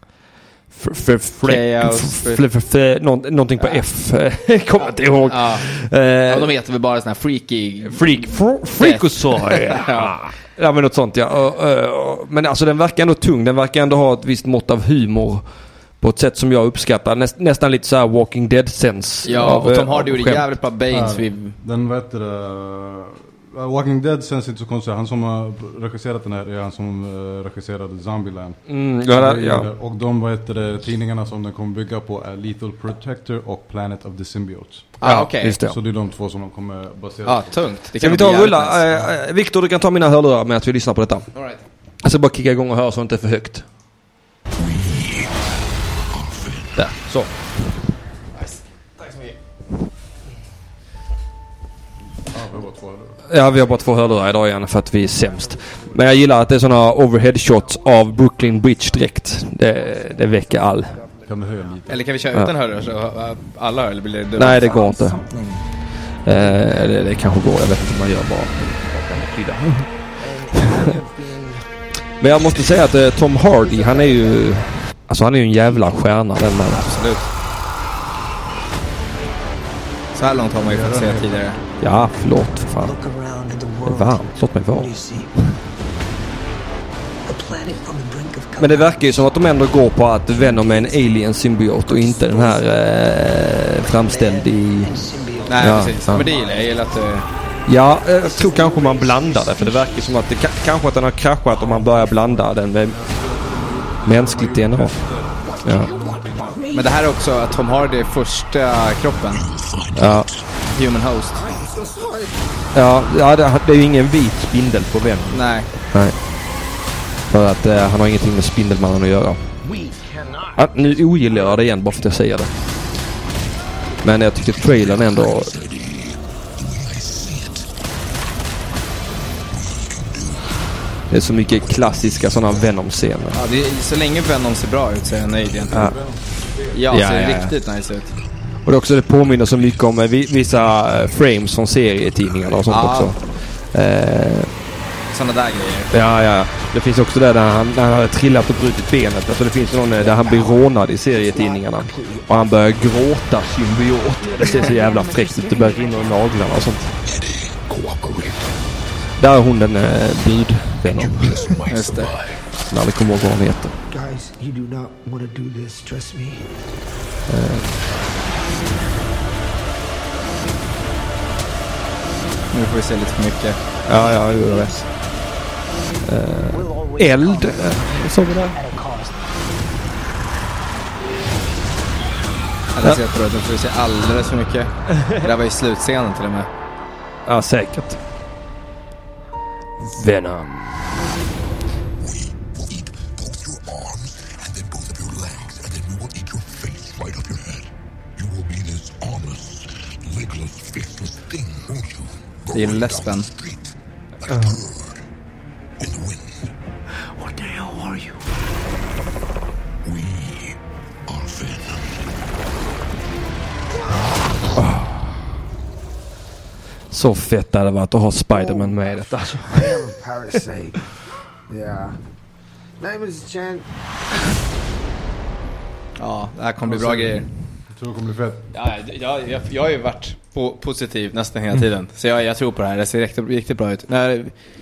Speaker 4: f, f, f,
Speaker 5: Chaos.
Speaker 4: f, f, f, nå- någonting på F. Jag kommer inte ihåg.
Speaker 5: Ja.
Speaker 4: Eh,
Speaker 5: Ja, de heter väl bara såna här freaky...
Speaker 4: Freak, fr, Freakosaur. Ja. Ja, men något sånt, ja. Och, och, och, men alltså den verkar ändå tung. Den verkar ändå ha ett visst mått av humor på ett sätt som jag uppskattar. Näst, nästan lite så här Walking Dead-sens.
Speaker 5: Ja,
Speaker 4: av,
Speaker 5: och Tom
Speaker 4: eh,
Speaker 5: Hardy
Speaker 4: av
Speaker 5: gjorde
Speaker 4: skämt.
Speaker 5: jävligt bra Banes
Speaker 3: Ja,
Speaker 5: vid...
Speaker 3: Den vad heter det? Uh, Walking Dead känns inte så konstigt. Han som har regisserat den här är han som uh, regisserade Zombieland.
Speaker 4: Mm, ja, det- ja.
Speaker 3: Och de vad heter det, tidningarna som den kommer bygga på är Lethal Protector och Planet of the Symbiotes.
Speaker 5: Ah,
Speaker 4: Ja,
Speaker 5: okej.
Speaker 4: just det.
Speaker 3: Så det är de två som de kommer basera
Speaker 5: Ja,
Speaker 3: på.
Speaker 5: tungt. Det
Speaker 4: Ska vi
Speaker 5: bli
Speaker 4: ta och
Speaker 5: jävligt
Speaker 4: rulla?
Speaker 5: nice.
Speaker 4: Eh, Viktor, du kan ta mina hörlurar med att vi lyssnar på detta.
Speaker 5: All right.
Speaker 4: Jag ska bara kicka igång och höra så det inte är för högt. Där, så.
Speaker 5: Tack så mycket.
Speaker 3: Ja, vi har bara två hörlurar.
Speaker 4: Ja, vi har bara två hörlurar idag igen för att vi är sämst. Men jag gillar att det är såna overhead shots av Brooklyn Bridge direkt. Det, det väcker all.
Speaker 3: Kan du höja lite?
Speaker 5: Eller kan vi köra
Speaker 4: Ja.
Speaker 5: utan hörlurar så uh, alla hör eller blir det dubbelt?
Speaker 4: Nej, det går inte. Eh, det, det kanske går. Jag vet inte om man gör bara. Men jag måste säga att eh, Tom Hardy, han är ju... Alltså han är ju en jävla stjärna, den mannen.
Speaker 5: Absolut. Så här långt har man ju fått se tidigare.
Speaker 4: Ja, förlåt för fan.
Speaker 1: Look around at the
Speaker 4: Det är
Speaker 1: world.
Speaker 4: varmt. Låt mig
Speaker 1: What
Speaker 4: vara.
Speaker 1: do you see? A planet on the brink of
Speaker 4: Men det verkar ju som att de ändå går på att Venom är en alien-symbiot och inte den här eh, framställd i...
Speaker 1: symbiote.
Speaker 5: Nej,
Speaker 4: Ja,
Speaker 5: precis.
Speaker 4: ja.
Speaker 5: Men det gillar jag. Jag gillar att det...
Speaker 4: Ja, eh, jag tror kanske man blandar det. För det verkar som att det ka- kanske att den har kraschat om man börjar blanda den med mänskligt D N A. Ja,
Speaker 5: Men det här är också att Tom Hardy är första kroppen.
Speaker 4: ja,
Speaker 5: Human host.
Speaker 4: ja, ja det, det är ju ingen vit spindel på Venom.
Speaker 5: Nej.
Speaker 4: Nej. För att eh, han har ingenting med Spindelmannen att göra. Ja, nu ogillar jag det igen bara för att jag säger det. Men jag tycker trailern ändå... Det är så mycket klassiska sådana Venom-scener.
Speaker 5: Ja, det är, så länge Venom ser bra ut så är jag nöjd egentligen.
Speaker 4: Ja.
Speaker 5: Ja,
Speaker 4: Ja,
Speaker 5: ser
Speaker 4: ja, ja.
Speaker 5: riktigt nice ut.
Speaker 4: Och det, också, det påminner så mycket om eh, vi- vissa eh, frames från serietidningarna och sånt
Speaker 5: Ja.
Speaker 4: också. Eh,
Speaker 5: Sådana där grejer.
Speaker 4: ja, ja. Det finns också där, där han, när han hade trillat och brutit benet. Alltså det finns någon eh, där han blir rånad i serietidningarna. Och han börjar gråta symbiot. Det ser så jävla fräckt ut. Det börjar rinna ur naglarna och sånt. Där är hon den eh, budvännen.
Speaker 5: Just det.
Speaker 4: När det kommer ihåg vad hon heter.
Speaker 1: Guys, you do not want to do this, trust me.
Speaker 5: Nu får vi se lite för mycket.
Speaker 4: Ja, ja, jag gör det. Uh, eld. Uh, såg vi där?
Speaker 5: Alltså, jag tror att nu får vi se alldeles för mycket. Det där var ju slutscenen till och med.
Speaker 4: Ja, säkert. Venom.
Speaker 5: Det är en lesben.
Speaker 4: Uh.
Speaker 1: What the hell are you?
Speaker 6: We are Venom.
Speaker 4: Oh. Så fett det hade varit att ha Spider-Man med i detta. Alltså.
Speaker 7: I am a parasite. Yeah. Name is Chen.
Speaker 5: Ja, det här kommer bli bra grejer.
Speaker 3: Jag tror det kommer bli fett.
Speaker 5: Ja, jag, jag, jag har ju varit på, positiv nästan hela tiden. Mm. Så jag, jag tror på det här. Det ser riktigt, riktigt bra ut. Nej,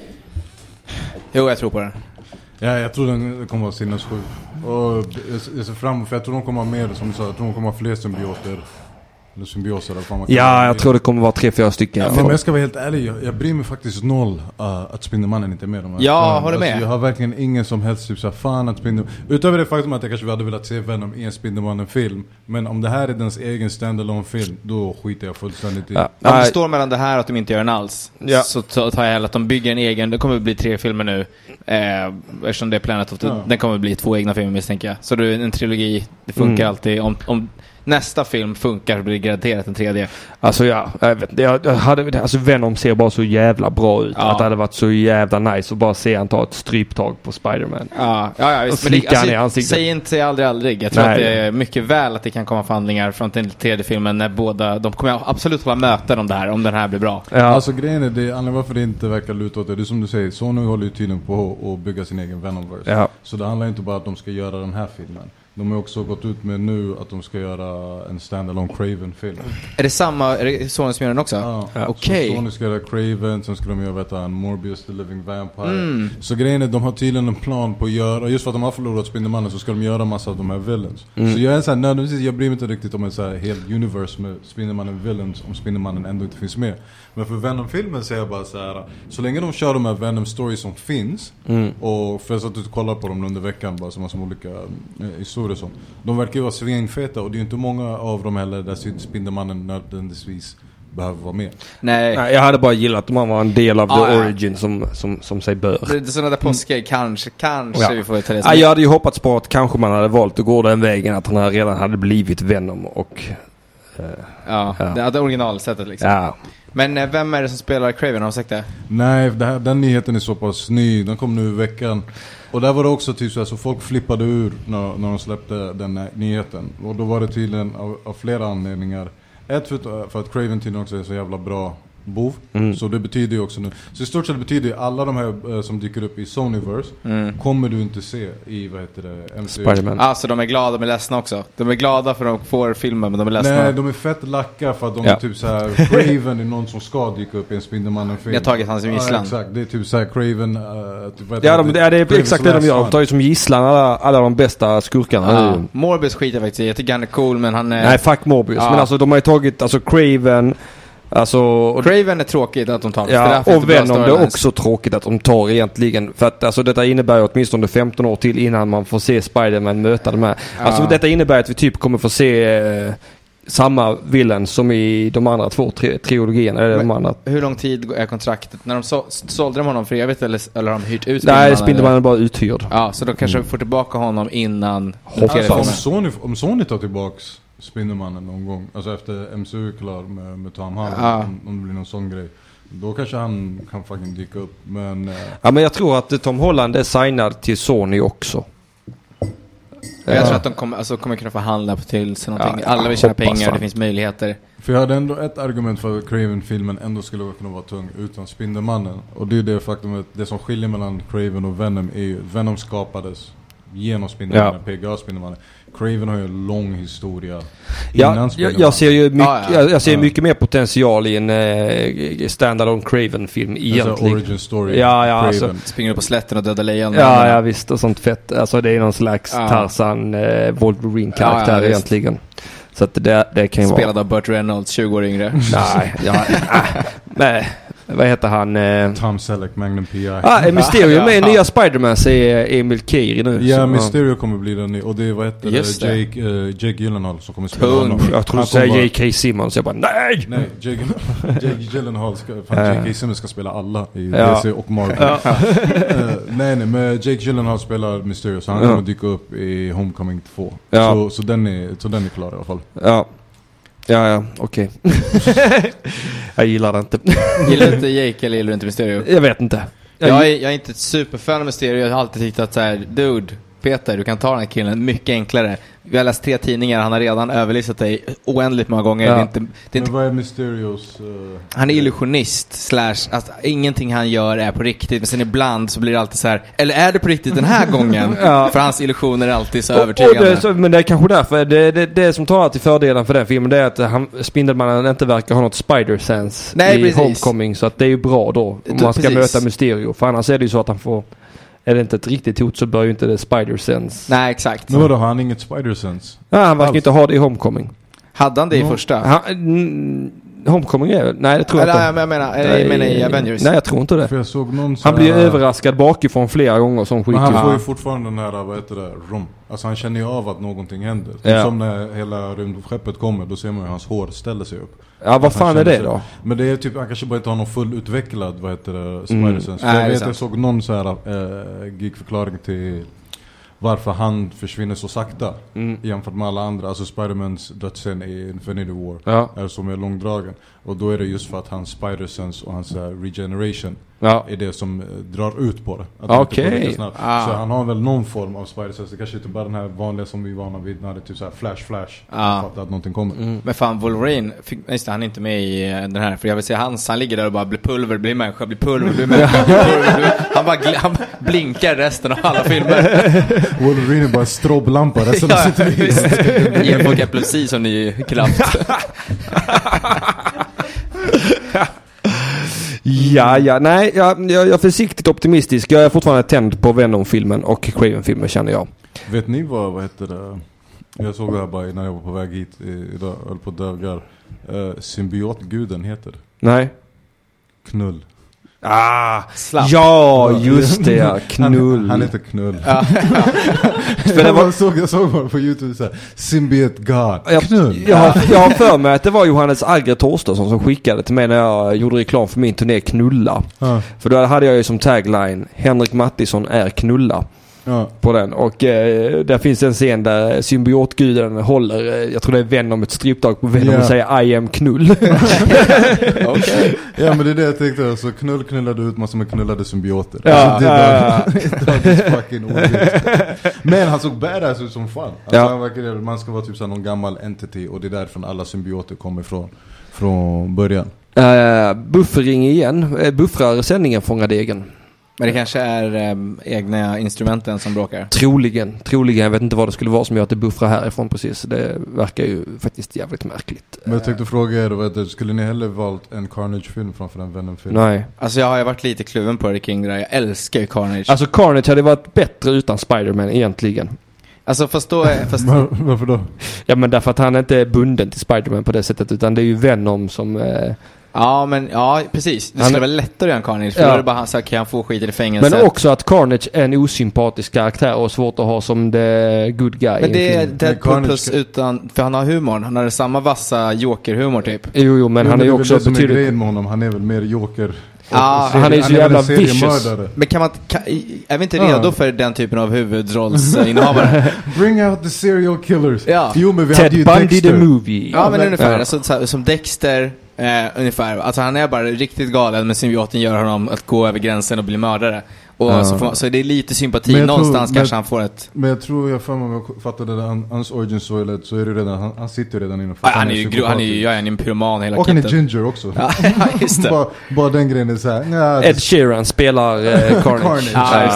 Speaker 5: jo, jag tror på det.
Speaker 3: Ja, jag tror den kommer att vara sinnessjuk. Och jag ser fram emot, för jag tror de kommer ha mer, som du sa, jag tror de kommer ha fler symbioter. Eller symbioser. Eller vad man kan
Speaker 4: Ja,
Speaker 3: säga.
Speaker 4: jag tror det kommer vara tre, fyra stycken.
Speaker 3: Ja, men jag ska vara helt ärlig, jag, jag bryr mig faktiskt noll uh, att Spindelmannen inte är med. De här.
Speaker 5: Ja,
Speaker 3: fan,
Speaker 5: håller med.
Speaker 3: Alltså, jag har verkligen ingen som helst typ så här, fan att Spindelmannen... Utöver det faktum att jag kanske hade velat se Venom i en Spindelmannen-film. Men om det här är dens egen standalone-film, då skiter jag fullständigt i.
Speaker 4: Ja.
Speaker 5: Om det står mellan det här och att de inte gör en alls,
Speaker 4: Ja.
Speaker 5: så tar jag hellre att de bygger en egen. Det kommer att bli tre filmer nu. Eh, eftersom det är Planet of the...
Speaker 3: Ja.
Speaker 5: Den kommer att bli två egna filmer, misstänker jag. Så det är en trilogi. Det funkar
Speaker 4: Mm.
Speaker 5: alltid. Om... om nästa film funkar blir det garanterat en tredje.
Speaker 4: Alltså ja, jag vet, jag, jag hade, alltså Venom ser bara så jävla bra ut.
Speaker 5: Ja.
Speaker 4: Att det hade varit så jävla nice att bara se han ta ett stryptag på Spider-Man.
Speaker 5: Ja, ja, ja visst.
Speaker 4: Och
Speaker 5: Men det,
Speaker 4: slicka han i
Speaker 5: alltså,
Speaker 4: ansiktet.
Speaker 5: säg inte säg aldrig aldrig. Jag tror
Speaker 4: Nej.
Speaker 5: att det är mycket väl att det kan komma förhandlingar från den tredje filmen när båda, de kommer absolut hålla möten om det här, om den här blir bra.
Speaker 4: Ja.
Speaker 3: Alltså grejen är, det, anledningen varför det inte verkar luta åt det, det är som du säger, Sony håller ju tydligen på att bygga sin egen Venomverse.
Speaker 4: Ja.
Speaker 3: Så det handlar inte bara att de ska göra den här filmen. De har också gått ut med nu att de ska göra en standalone Craven-film.
Speaker 5: Är det samma, är det Sony som gör den också?
Speaker 3: Ja,
Speaker 4: Ja.
Speaker 5: Okej.
Speaker 3: Så Sony ska göra Craven, sen ska de göra vet du, en Morbius the Living Vampire.
Speaker 5: Mm.
Speaker 3: Så grejen är, de har tydligen en plan på att göra, just för att de har förlorat Spindelmannen så ska de göra massa av de här villains.
Speaker 4: Mm.
Speaker 3: Så jag är såhär, nödvändigtvis, jag bryr mig inte riktigt om en såhär helt universe med Spindelmannen villains om Spindelmannen ändå inte finns med. Men för Venom-filmen säger jag bara så här: så länge de kör de här Venom-stories som finns,
Speaker 4: Mm.
Speaker 3: och för så att du kollar på dem under veckan bara som olika eh, historier som, de verkar ju vara svinfeta, och det är ju inte många av dem heller där Spindelmannen nödvändigtvis behöver vara med.
Speaker 5: Nej.
Speaker 4: Nej, jag hade bara gillat om han var en del av
Speaker 5: Ja,
Speaker 4: the
Speaker 5: ja.
Speaker 4: origin som, som, som sig bör.
Speaker 5: Det är sådana där påsker, kanske, kanske
Speaker 4: Ja.
Speaker 5: vi får ta det som
Speaker 4: Ja, jag hade ju hoppats på att kanske man hade valt att gå den vägen att han här redan hade blivit Venom och... eh,
Speaker 5: Ja,
Speaker 4: Ja.
Speaker 5: det hade originalsättet liksom.
Speaker 4: ja.
Speaker 5: Men eh, vem är det som spelar Craven, har du sagt det?
Speaker 3: Nej, det här, den nyheten är så pass ny. Den kom nu i veckan. Och där var det också typ så här, så folk flippade ur när, när de släppte den här nyheten. Och då var det tydligen av, av flera anledningar. Ett för, för att Craven tydligen också är så jävla bra bov.
Speaker 4: Mm.
Speaker 3: Så det betyder ju också nu. Så i stort sett betyder ju alla de här eh, som dyker upp i Sonyverse
Speaker 5: Mm.
Speaker 3: kommer du inte se i, vad heter det, M C U.
Speaker 4: Spider-Man.
Speaker 5: Alltså de är glada, de är ledsna också. De är glada för att de får filmen, men de är ledsna.
Speaker 3: Nej, de är fett lacka för att de
Speaker 4: Ja.
Speaker 3: är typ så här. Craven är någon som ska dyka upp i en Spindelmannen-film.
Speaker 5: Vi har tagit hans som
Speaker 3: Ja,
Speaker 5: gisslan.
Speaker 3: exakt, det är typ så här Craven. Uh, typ, vad heter
Speaker 4: Ja, de, det är det är
Speaker 3: Cravens
Speaker 4: exakt det de
Speaker 3: last
Speaker 4: gör. De
Speaker 3: hunt.
Speaker 4: tar ju som gisslan alla, alla de bästa skurkarna.
Speaker 5: Ja.
Speaker 4: nu.
Speaker 5: Morbius skiter faktiskt i. Jag tycker han är cool, men han är...
Speaker 4: Nej, fuck Morbius.
Speaker 5: Ja.
Speaker 4: Men alltså de har ju tagit alltså Craven, alltså... och-
Speaker 5: Craven är tråkigt att de tar.
Speaker 4: Ja,
Speaker 5: det
Speaker 4: och Venom, det är också tråkigt att de tar egentligen. För att alltså, detta innebär ju åtminstone femton år till innan man får se Spider-Man möta de här.
Speaker 5: Ja.
Speaker 4: Alltså detta innebär att vi typ kommer få se eh, samma villain som i de andra två tri- trilogierna. Eller de andra.
Speaker 5: Hur lång tid är kontraktet? När de så, sålde de honom för evigt eller, eller har de hyrt ut
Speaker 4: Nej, Spindelmannen är bara uthyrd.
Speaker 5: Ja, så då kanske vi får tillbaka honom innan
Speaker 3: Alltså, om,
Speaker 5: filmen.
Speaker 3: Sony, om Sony tar tillbaks Spindelmannen någon gång, alltså efter M C U är klar med, med Tom Holland,
Speaker 5: Ja.
Speaker 3: om, om det blir någon sån grej, då kanske han kan fucking dyka upp. Men eh,
Speaker 4: Ja, men jag tror att Tom Holland är signad till Sony också.
Speaker 5: Jag
Speaker 3: Ja.
Speaker 5: tror att de kommer, alltså, kommer kunna förhandla till sig någonting.
Speaker 4: Ja,
Speaker 5: Alla vill tjäna
Speaker 4: hoppas
Speaker 5: pengar,
Speaker 4: fan.
Speaker 5: det finns möjligheter.
Speaker 3: för jag hade ändå ett argument för att Craven-filmen ändå skulle kunna vara tung utan Spindelmannen. Och det är det faktum att det som skiljer mellan Craven och Venom är ju Venom skapades genom Spindelmannen,
Speaker 4: Ja.
Speaker 3: P G A Spindelmannen. Craven har ju en lång historia.
Speaker 4: Ja, jag, jag ser ju mycket,
Speaker 5: ah, ja.
Speaker 4: jag, jag ser
Speaker 3: Ja.
Speaker 4: mycket mer potential i en eh, standalone Craven-film egentligen.
Speaker 3: Alltså origin story.
Speaker 4: Ja, ja,
Speaker 3: Craven.
Speaker 4: alltså,
Speaker 5: Springer upp på slätten och dödar lejon.
Speaker 4: ja, ja, visst. Och sånt fett. Alltså det är någon slags
Speaker 5: Ja.
Speaker 4: Tarzan, eh, Wolverine-karaktär
Speaker 5: Ja, ja, visst.
Speaker 4: egentligen. Så att det, det kan ju vara...
Speaker 5: Spelad av Burt Reynolds, tjugo år yngre.
Speaker 4: Nej, ja, äh, men, vad heter han? Eh,
Speaker 3: Tom Selleck, Magnum P I.
Speaker 4: ah, är Mysterio med i nya Spider-Man så är Emil Kiri nu.
Speaker 3: Ja,
Speaker 4: så,
Speaker 3: Mysterio kommer bli den. Och det är vad heter
Speaker 5: Just
Speaker 3: det?
Speaker 5: det.
Speaker 3: Jake, uh, Jake Gyllenhaal som kommer spela
Speaker 5: Tung.
Speaker 3: honom.
Speaker 4: Jag tror
Speaker 3: Han
Speaker 4: du säger
Speaker 3: kommer
Speaker 4: J K. Simmons. Jag bara, nej!
Speaker 3: Nej, Jake, Jake Gyllenhaal ska, fan,
Speaker 4: Ja.
Speaker 3: J K. Simmons ska spela alla i
Speaker 4: Ja.
Speaker 3: D C och Marvel.
Speaker 4: Ja.
Speaker 3: uh, nej, nej, men Jake Gyllenhaal spelar Mysterio så han
Speaker 4: Ja.
Speaker 3: kommer dyka upp i Homecoming två.
Speaker 4: Ja.
Speaker 3: Så, så, den är, så den är klar i alla fall.
Speaker 4: Ja, ja, ja okej. Jag gillar det inte.
Speaker 5: Gillar du inte Jake eller gillar du inte Mysterio?
Speaker 4: Jag vet inte. Jag,
Speaker 5: Jag är, jag är inte ett superfan av Mysterio. Jag har alltid tyckt att så här, dude, Peter, du kan ta den här killen mycket enklare. Vi har läst tre tidningar, han har redan överlistat dig oändligt många gånger.
Speaker 4: Ja.
Speaker 5: Det är inte, det är
Speaker 3: Men
Speaker 5: inte,
Speaker 3: vad är Mysterios... Uh,
Speaker 5: han är illusionist, slash, alltså, ingenting han gör är på riktigt. Men sen ibland så blir det alltid så här, eller är det på riktigt den här gången?
Speaker 4: Ja.
Speaker 5: För hans illusioner är alltid så
Speaker 4: och, och
Speaker 5: övertygande.
Speaker 4: det, så, men det är kanske därför. Det, det, det som talar till fördelen för den filmen det är att han, Spindelmannen inte verkar ha något spider-sense
Speaker 5: Nej,
Speaker 4: i
Speaker 5: precis.
Speaker 4: Homecoming. Så att det är ju bra då. Om
Speaker 5: Då-
Speaker 4: man ska
Speaker 5: precis.
Speaker 4: möta Mysterio. För annars är det ju så att han får... Är det inte ett riktigt hot så bör ju inte det spider-sense.
Speaker 5: Nej, exakt.
Speaker 3: men vadå, har han inget Spider-Sense?
Speaker 4: Ja, han verkar
Speaker 3: Alls.
Speaker 4: inte ha det i Homecoming.
Speaker 5: Hade han det i
Speaker 3: No.
Speaker 5: första?
Speaker 4: Han, mm, Homecoming är... Nej, det tror jag
Speaker 5: Eller,
Speaker 4: inte.
Speaker 5: jag menar, jag menar i Avengers.
Speaker 4: Nej, jag tror inte det.
Speaker 3: För jag såg någon
Speaker 4: Han blir ju
Speaker 3: sån här-
Speaker 4: överraskad bakifrån flera gånger som
Speaker 3: Men han
Speaker 4: skicklig.
Speaker 3: får ju fortfarande den här, vad heter det, rom. Alltså han känner ju av att någonting händer.
Speaker 4: Ja.
Speaker 3: Som när hela rymdskeppet kommer, då ser man ju hans hår ställer sig upp.
Speaker 4: Ja, vad
Speaker 3: Han
Speaker 4: fan är
Speaker 3: känner
Speaker 4: det
Speaker 3: sig-
Speaker 4: då?
Speaker 3: Men det är typ, han kanske bara inte har någon fullutvecklad, vad heter det,
Speaker 4: Mm.
Speaker 3: Spider-Sense.
Speaker 5: Nej,
Speaker 3: För
Speaker 5: det är
Speaker 3: jag vet,
Speaker 5: sant.
Speaker 3: jag såg någon så här äh, geek-förklaring till varför han försvinner så sakta
Speaker 4: Mm.
Speaker 3: jämfört med alla andra. Alltså Spider-Mans dödsscen i Infinity War
Speaker 4: Ja.
Speaker 3: är som är långdragen. Och då är det just för att hans Spider-Sense och hans uh, regeneration
Speaker 4: Ja.
Speaker 3: är det som uh, drar ut på det. Att han inte får
Speaker 4: Okej.
Speaker 3: lika snabbt.
Speaker 5: Ah.
Speaker 3: Så han har väl någon form av Spider-Sense. Det kanske inte bara den här vanliga som vi är vana vid när det är typ så här flash flash.
Speaker 5: Ah.
Speaker 3: Fattar att någonting kommer.
Speaker 4: Mm.
Speaker 5: Men fan, Wolverine, fick, just det, han är inte med i eh, den här. För jag vill säga, han, han ligger där och bara blir pulver, blir människa, blir pulver, blir människa, blir pulver, blir, han bara gl- han blinkar resten av alla filmer.
Speaker 3: Wolverine är bara strobblampa resten av sitt liv.
Speaker 5: Ger folk epilepsi som ny kraft.
Speaker 4: Ja, ja, nej, jag, jag, jag är försiktigt optimistisk. Jag är fortfarande tänd på Venom-filmen och Craven-filmen känner jag.
Speaker 3: Vet ni vad, vad heter det? Jag såg det här bara när jag var på väg hit i- idag, höll på dövgar. Uh, symbiotguden heter
Speaker 4: Nej.
Speaker 3: Knull.
Speaker 4: Ah,
Speaker 5: Slapp.
Speaker 4: ja, just det, ja. Knull.
Speaker 3: Han, han heter Knull.
Speaker 4: För det
Speaker 3: jag,
Speaker 4: var,
Speaker 3: bara såg, jag såg bara på YouTube så här, Symbiot God.
Speaker 4: jag,
Speaker 3: Knull.
Speaker 4: jag, har, jag har för mig att det var Johannes Agre Torstensson som skickade till mig när jag gjorde reklam för min turné Knulla.
Speaker 3: Ja,
Speaker 4: För då hade jag ju som tagline Henrik Mattisson är knulla
Speaker 3: ja.
Speaker 4: på den. Och eh, där finns en scen där symbiotguden håller, eh, jag tror det är Venom, ett stryptag på Venom
Speaker 3: Ja.
Speaker 4: och säger I am knull.
Speaker 5: Okej.
Speaker 3: ja, men det är det jag tänkte. Så Knull knullade ut massor med knullade symbioter.
Speaker 4: Ja,
Speaker 3: Alltså, det
Speaker 4: ja,
Speaker 3: är dagens fucking ordvits. Men han såg badass ut som fan. Alltså,
Speaker 4: Ja.
Speaker 3: han verkar, man ska vara typ så här någon gammal entity. Och det är därifrån alla symbioter kommer ifrån. Från början.
Speaker 4: Uh, buffering igen. Uh, buffrar sändningen fångar degen.
Speaker 5: Men det kanske är um, egna instrumenten som bråkar.
Speaker 4: Troligen. Troligen. Jag vet inte vad det skulle vara som gör att det buffrar härifrån precis. Det verkar ju faktiskt jävligt märkligt.
Speaker 3: Men jag tänkte fråga er, vad heter det, skulle ni hellre valt en Carnage-film framför en Venom-film?
Speaker 4: Nej.
Speaker 5: Alltså jag har ju varit lite kluven på det kring det där. Jag älskar ju Carnage.
Speaker 4: Alltså Carnage hade varit bättre utan Spider-Man egentligen.
Speaker 5: Alltså fast då är, fast,
Speaker 3: Var, varför då?
Speaker 4: Ja, men därför att han inte är bunden till Spider-Man på det sättet, utan det är ju Venom som... Eh,
Speaker 5: ja men ja precis. Det
Speaker 4: Han-
Speaker 5: skulle vara lättare att göra en Carnage. För
Speaker 4: Ja.
Speaker 5: då är det bara han så här, kan han få skit i fängelset.
Speaker 4: men också att Carnage är en osympatisk karaktär och svårt att ha som the good guy.
Speaker 5: Men det
Speaker 4: i en
Speaker 5: är
Speaker 4: film.
Speaker 5: Deadpool
Speaker 3: Carnage
Speaker 5: plus
Speaker 3: ska-
Speaker 5: utan, för han har humorn. Han har samma vassa Joker-humor typ.
Speaker 4: Jo, jo, men
Speaker 3: Jo,
Speaker 4: han är
Speaker 3: det
Speaker 4: ju
Speaker 3: väl
Speaker 4: också
Speaker 3: det som är
Speaker 4: betydligt...
Speaker 3: grejen med honom. Han är väl mer joker.
Speaker 5: Ja,
Speaker 3: serie-
Speaker 4: han är ju så
Speaker 3: väl
Speaker 4: jävla
Speaker 3: en seriemördare.
Speaker 4: vicious.
Speaker 5: Men kan man, kan, är vi inte
Speaker 3: Ja.
Speaker 5: redo för den typen av huvudrollsinnehavare?
Speaker 3: Bring out the serial killers.
Speaker 5: Ja.
Speaker 3: Jo, men vi hade
Speaker 4: Ted
Speaker 3: ju
Speaker 4: Bundy
Speaker 3: Dexter.
Speaker 4: the movie.
Speaker 5: Ja, men
Speaker 3: men-
Speaker 5: ungefär.
Speaker 4: ja.
Speaker 5: Alltså, så här, som Dexter, eh, ungefär. Alltså han är bara riktigt galen, men symbioten gör honom att gå över gränsen och bli mördare. Och
Speaker 4: Ja.
Speaker 5: så, får man, så det är lite sympati.
Speaker 3: Men jag tror-
Speaker 5: Någonstans
Speaker 3: men-
Speaker 5: kanske han får ett...
Speaker 3: Men jag tror jag för mig, om jag fattade det, han, hans origin story, så är det redan, han, han sitter ju redan inne för
Speaker 5: Ja,
Speaker 3: att
Speaker 5: han är ju gro- han är ju,
Speaker 3: psykopatisk.
Speaker 5: jag är en pyroman hela
Speaker 3: Och han är
Speaker 5: kittet.
Speaker 3: ginger också.
Speaker 5: Ja, just det.
Speaker 3: bara, bara den grejen är såhär, nja,
Speaker 4: Ed Sheeran spelar eh, Carnage.
Speaker 3: Carnage.
Speaker 5: Ja, just det.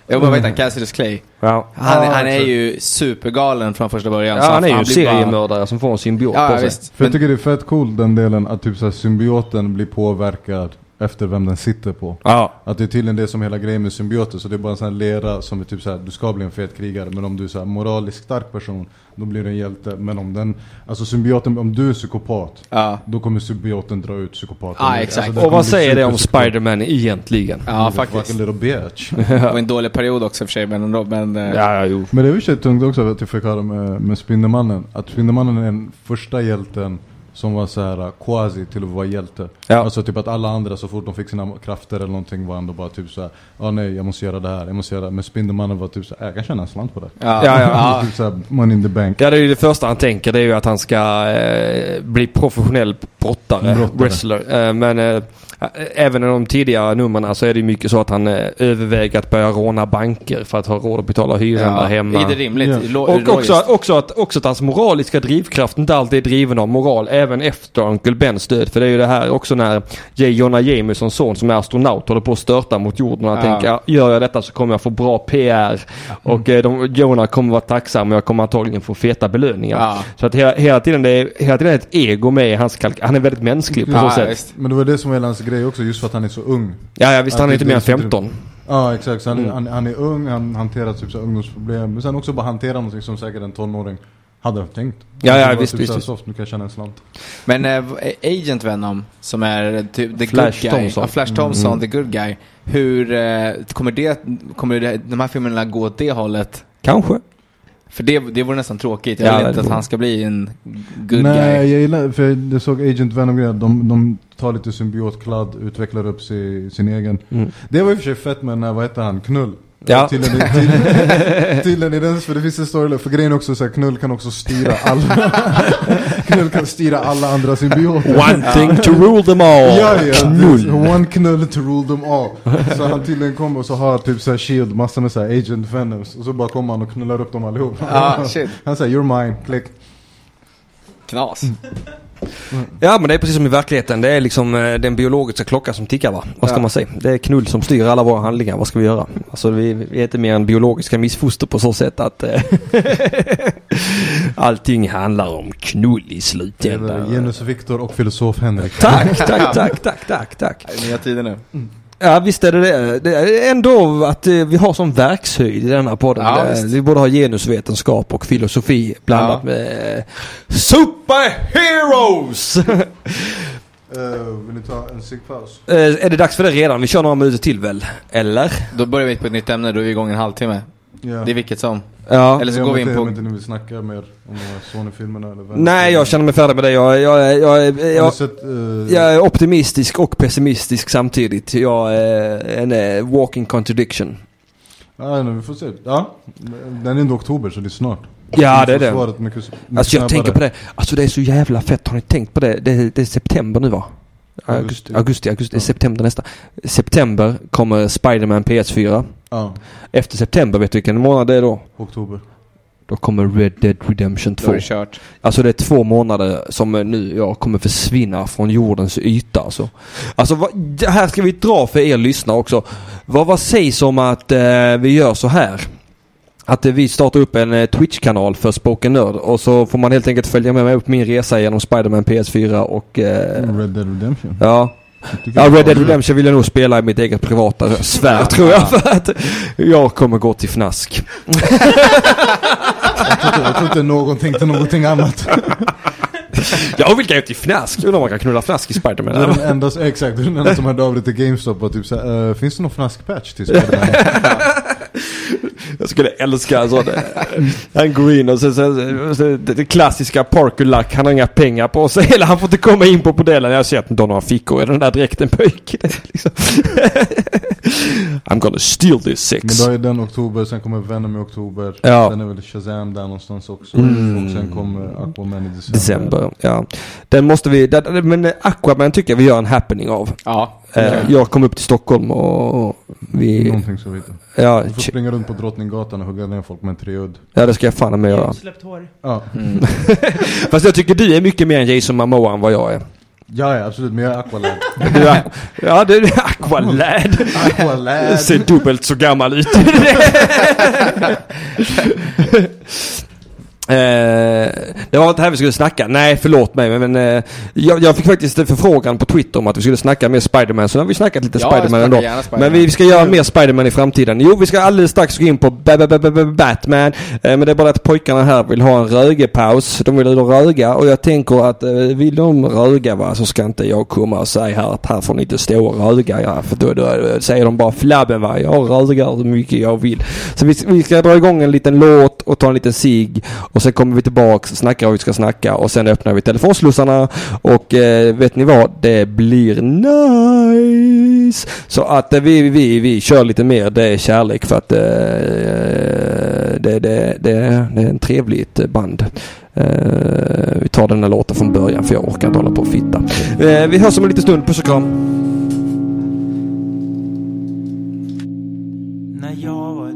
Speaker 5: Jag bara vet han, Cassius Clay.
Speaker 4: Ja.
Speaker 5: Han,
Speaker 3: Ja,
Speaker 5: han är
Speaker 3: exakt.
Speaker 5: ju supergalen från första början.
Speaker 4: Ja,
Speaker 5: så
Speaker 4: han är ju en
Speaker 5: blir
Speaker 4: seriemördare
Speaker 5: bara...
Speaker 4: som får en symbiot
Speaker 5: Ja,
Speaker 4: på
Speaker 5: ja,
Speaker 4: sig.
Speaker 5: visst.
Speaker 3: För jag
Speaker 5: Men,
Speaker 3: tycker det är fett cool den delen att typ så här, symbioten blir påverkad efter vem den sitter på.
Speaker 4: Ja.
Speaker 3: Att det är tydligen det som hela grejen med symbioter. Så det är bara en sån här lera som är typ så här, du ska bli en fet krigare. Men om du är så här moraliskt stark person, då blir du en hjälte. Men om den, alltså symbioten, om du är psykopat,
Speaker 5: ja.
Speaker 3: då kommer symbioten dra ut psykopaten.
Speaker 5: Ja, exakt.
Speaker 3: Alltså,
Speaker 4: Och vad säger det om Spider-Man egentligen?
Speaker 5: Ja,
Speaker 3: Fucking
Speaker 5: faktiskt.
Speaker 3: little bitch.
Speaker 5: Det var en dålig period också för sig, men... men eh,
Speaker 4: Ja, ja, jo.
Speaker 3: Men det är ju tungt också att jag fick höra med, med Spindelmannen. Att Spindelmannen är den första hjälten som var så här quasi till att vara hjälte.
Speaker 4: Ja.
Speaker 3: Alltså typ att alla andra så fort de fick sina krafter eller någonting var ändå bara typ så här, ja ah, nej jag måste göra det här, jag måste göra det. Men Spindelmannen var typ så här, jag kan tjäna en slant på det.
Speaker 5: Ja,
Speaker 4: Ja, ja.
Speaker 3: Typ så här, money in the bank.
Speaker 4: Ja, det är ju det första han tänker, det är ju att han ska eh, bli professionell brottare,
Speaker 3: Brottare.
Speaker 4: wrestler. Eh, men eh, även i de tidigare numren så är det ju mycket så att han eh, överväger att börja råna banker för att ha råd att betala hyran där hemma.
Speaker 5: Är det rimligt?
Speaker 3: Ja.
Speaker 5: Lo-
Speaker 4: Och också,
Speaker 5: logiskt?
Speaker 4: också, att, också att hans moraliska drivkraft inte alltid är driven av moral, även efter Uncle Bens död. För det är ju det här också när J. Jonah Jamesons son som är astronaut håller på att störta mot jorden. Och han
Speaker 5: Ja.
Speaker 4: tänker, ja, gör jag detta så kommer jag få bra P R. Och eh, de, Jonah kommer vara tacksam och jag kommer antagligen få feta belöningar.
Speaker 5: Ja.
Speaker 4: Så att hela, hela tiden det är hela tiden ett ego med i hans kalk. Han är väldigt mänsklig på
Speaker 5: Ja,
Speaker 4: så sätt.
Speaker 5: visst.
Speaker 3: Men det var det som var hela hans grej också, just för att han är så ung.
Speaker 4: Ja, ja, visst, han är inte mer än femton.
Speaker 3: Ja exakt, så han,
Speaker 4: Mm.
Speaker 3: han, han är ung, han hanterar typ så här ungdomsproblem. Men sen också bara hantera någonting som säkert en tonåring hade tänkt.
Speaker 4: Ja, ja,
Speaker 3: Det var
Speaker 4: visst,
Speaker 3: typ
Speaker 4: visst,
Speaker 3: så här
Speaker 4: visst.
Speaker 3: soft, nu kan jag känna en slant.
Speaker 5: Men äh, Agent Venom, som är typ the
Speaker 4: Flash
Speaker 5: good guy.
Speaker 4: Thompson.
Speaker 5: Ja, Flash Thompson,
Speaker 4: Mm.
Speaker 5: the good guy. Hur äh, kommer, det, kommer det, de här filmerna gå åt det hållet?
Speaker 4: Kanske.
Speaker 5: För det, det vore nästan tråkigt. Jag
Speaker 4: Ja,
Speaker 5: vill
Speaker 4: det
Speaker 5: inte att
Speaker 4: vore.
Speaker 5: han ska bli en good
Speaker 3: Nej,
Speaker 5: guy.
Speaker 3: jag gillar, för jag såg Agent Venom grejer, de, de tar lite symbiotkladd, utvecklar upp sin, sin egen.
Speaker 4: Mm.
Speaker 3: Det var ju för sig fett med den här, vad heter han, Knull.
Speaker 4: Ja.
Speaker 3: Tydligen, tydligen, tydligen i den, för det finns en story, för grejen också så här, Knull kan också styra alla. Knull kan styra alla andra symbioter.
Speaker 4: One thing to rule them all.
Speaker 3: Ja, ja.
Speaker 4: Knull.
Speaker 3: One knull to rule them all. Så han tydligen kommer och så har typ så här Shield massor med så här Agent Venoms. Och så bara kommer han och knullar upp dem allihop.
Speaker 5: Ah, shit.
Speaker 3: Han säger you're mine, klick.
Speaker 5: Knas.
Speaker 4: Ja, men det är precis som i verkligheten. Det är liksom eh, den biologiska klockan som tickar, va? Vad ska
Speaker 5: Ja.
Speaker 4: man säga? Det är knull som styr alla våra handlingar. Vad ska vi göra? Alltså vi, vi är inte mer än biologiska missfoster på så sätt att eh, allting handlar om knull i slutändan.
Speaker 3: Genus Victor och filosof Henrik.
Speaker 4: Tack, tack, tack, tack, tack, tack.
Speaker 5: Nya tider nu.
Speaker 4: Ja, visst är det det. Det är ändå att eh, vi har sån verkshöjd i denna podden.
Speaker 5: Ja,
Speaker 4: Det-
Speaker 5: visst.
Speaker 4: vi borde ha genusvetenskap och filosofi blandat
Speaker 5: Ja.
Speaker 4: med eh, superheroes!
Speaker 3: Uh, vill ni ta en ciggpaus?
Speaker 4: Eh, är det dags för det redan? Vi kör några minuter till väl? Eller?
Speaker 5: Då börjar vi på ett nytt ämne, då är vi igång en halvtimme.
Speaker 3: Ja.
Speaker 5: Det är vilket som.
Speaker 4: Ja.
Speaker 5: Eller så
Speaker 3: jag
Speaker 5: går vi
Speaker 3: vet
Speaker 5: in
Speaker 3: inte-
Speaker 5: på...
Speaker 3: Jag vet inte om ni vill snacka mer om de här Sony-filmerna eller vad.
Speaker 4: Nej, jag känner mig färdig med det. Jag, jag, jag, jag,
Speaker 3: Har ni
Speaker 4: jag,
Speaker 3: sett, eh,
Speaker 4: jag är optimistisk och pessimistisk samtidigt. Jag är en eh, walking contradiction.
Speaker 3: Ja, nu, vi får se. Ja, den är ändå oktober så det är snart.
Speaker 4: Ja, det är det.
Speaker 3: Försvaret mycket, mycket
Speaker 4: Alltså jag
Speaker 3: snabbare.
Speaker 4: tänker på det. Alltså det är så jävla fett. Har ni tänkt på det? Det, det är september nu, va? Augusti,
Speaker 3: Augusti.
Speaker 4: augusti, augusti. Det är
Speaker 3: Ja.
Speaker 4: september nästa. September kommer Spider-Man P S fyra.
Speaker 3: Ja,
Speaker 4: Efter september, vet du vilken månad det är då?
Speaker 3: oktober.
Speaker 4: Då kommer Red Dead Redemption
Speaker 5: Då är
Speaker 4: två.
Speaker 5: det kört.
Speaker 4: Alltså det är två månader som nu jag kommer försvinna från jordens yta. Alltså, alltså vad, det här ska vi dra för er lyssnare också. Vad, vad sägs om att eh, vi gör så här? Att eh, vi startar upp en eh, Twitch-kanal för Spoken Nerd. Och så får man helt enkelt följa med mig upp min resa genom Spider-Man P S fyra och... Eh,
Speaker 3: Red Dead Redemption.
Speaker 4: ja.
Speaker 3: Tycker
Speaker 4: Ja,
Speaker 3: jag-
Speaker 4: Red Dead Redemption vill jag nog spela i mitt eget privata svär, tror jag. För att jag kommer gå till fnask.
Speaker 3: Jag tror inte- jag tror inte någon tänkte någonting annat.
Speaker 4: Jag vill gå till fnask. Undrar om man kan knulla fnask i Spider-Man.
Speaker 3: Det är den enda, exakt, det är den enda som hörde av det till GameStop och typ såhär, uh, finns det någon fnaskpatch till Spider-Man?
Speaker 4: Jag skulle älska så det. Han går in och så, så, så det, det klassiska Parker-lack. Han har inga pengar på sig. Eller han får inte komma in på modellen. Jag ser att inte har några fickor i den där dräkten pöjk. Liksom. I'm gonna steal this
Speaker 3: Men
Speaker 4: six.
Speaker 3: då är den oktober, sen kommer Venom i oktober.
Speaker 4: Ja.
Speaker 3: Sen är väl Shazam där någonstans också.
Speaker 4: Mm.
Speaker 3: Och sen kommer Aquaman i december.
Speaker 4: December, ja. Den måste vi, den, men Aquaman tycker jag vi gör en happening av.
Speaker 5: Ja.
Speaker 4: Eh, jag kom upp till Stockholm och vi...
Speaker 3: Någonting så vet jag.
Speaker 4: Ja,
Speaker 3: Du får springa runt på Drottninggatan och hugga ner folk med en treudd.
Speaker 4: ja, det ska jag fan med göra.
Speaker 2: Släppt hår.
Speaker 3: Ja.
Speaker 5: Mm.
Speaker 4: Fast jag tycker du är mycket mer en Jason Momoa än vad jag är.
Speaker 3: Ja, ja, absolut, men jag är Aqualad.
Speaker 4: Du är, ja, det är Aqualad.
Speaker 3: Aqualad.
Speaker 4: Ser dubbelt så gammal ut. Eh, det var inte här vi skulle snacka. Nej, förlåt mig, men eh, jag, jag fick faktiskt en förfrågan på Twitter om att vi skulle snacka mer Spider-Man, så nu har vi snackat lite
Speaker 5: Ja,
Speaker 4: Spider-Man
Speaker 5: jag
Speaker 4: ändå.
Speaker 5: snackar gärna Spider-Man.
Speaker 4: Men vi ska göra mer Spider-Man i framtiden. Jo, vi ska alldeles strax gå in på ba- ba- ba- ba- ba- Batman, eh, men det är bara att pojkarna här vill ha en rögepaus. De vill då röga, och jag tänker att eh, vill de röga, va, så ska inte jag komma och säga här att här får ni inte stå och röga, ja, för då, då säger de bara flabben, va, jag rögar så mycket jag vill. Så vi, vi ska dra igång en liten låt och ta en liten cigg, och sen kommer vi tillbaka, snackar vad vi ska snacka, och sen öppnar vi telefonslussarna, och eh, vet ni vad, det blir nice. Så att eh, vi, vi, vi kör lite mer, det är kärlek, för att eh, det, det, det, det är en trevligt band. Uh, vi tar den här låten från början, för jag orkar inte hålla på och fitta. Uh, vi hörs om en liten stund. Puss och kram.
Speaker 8: När jag var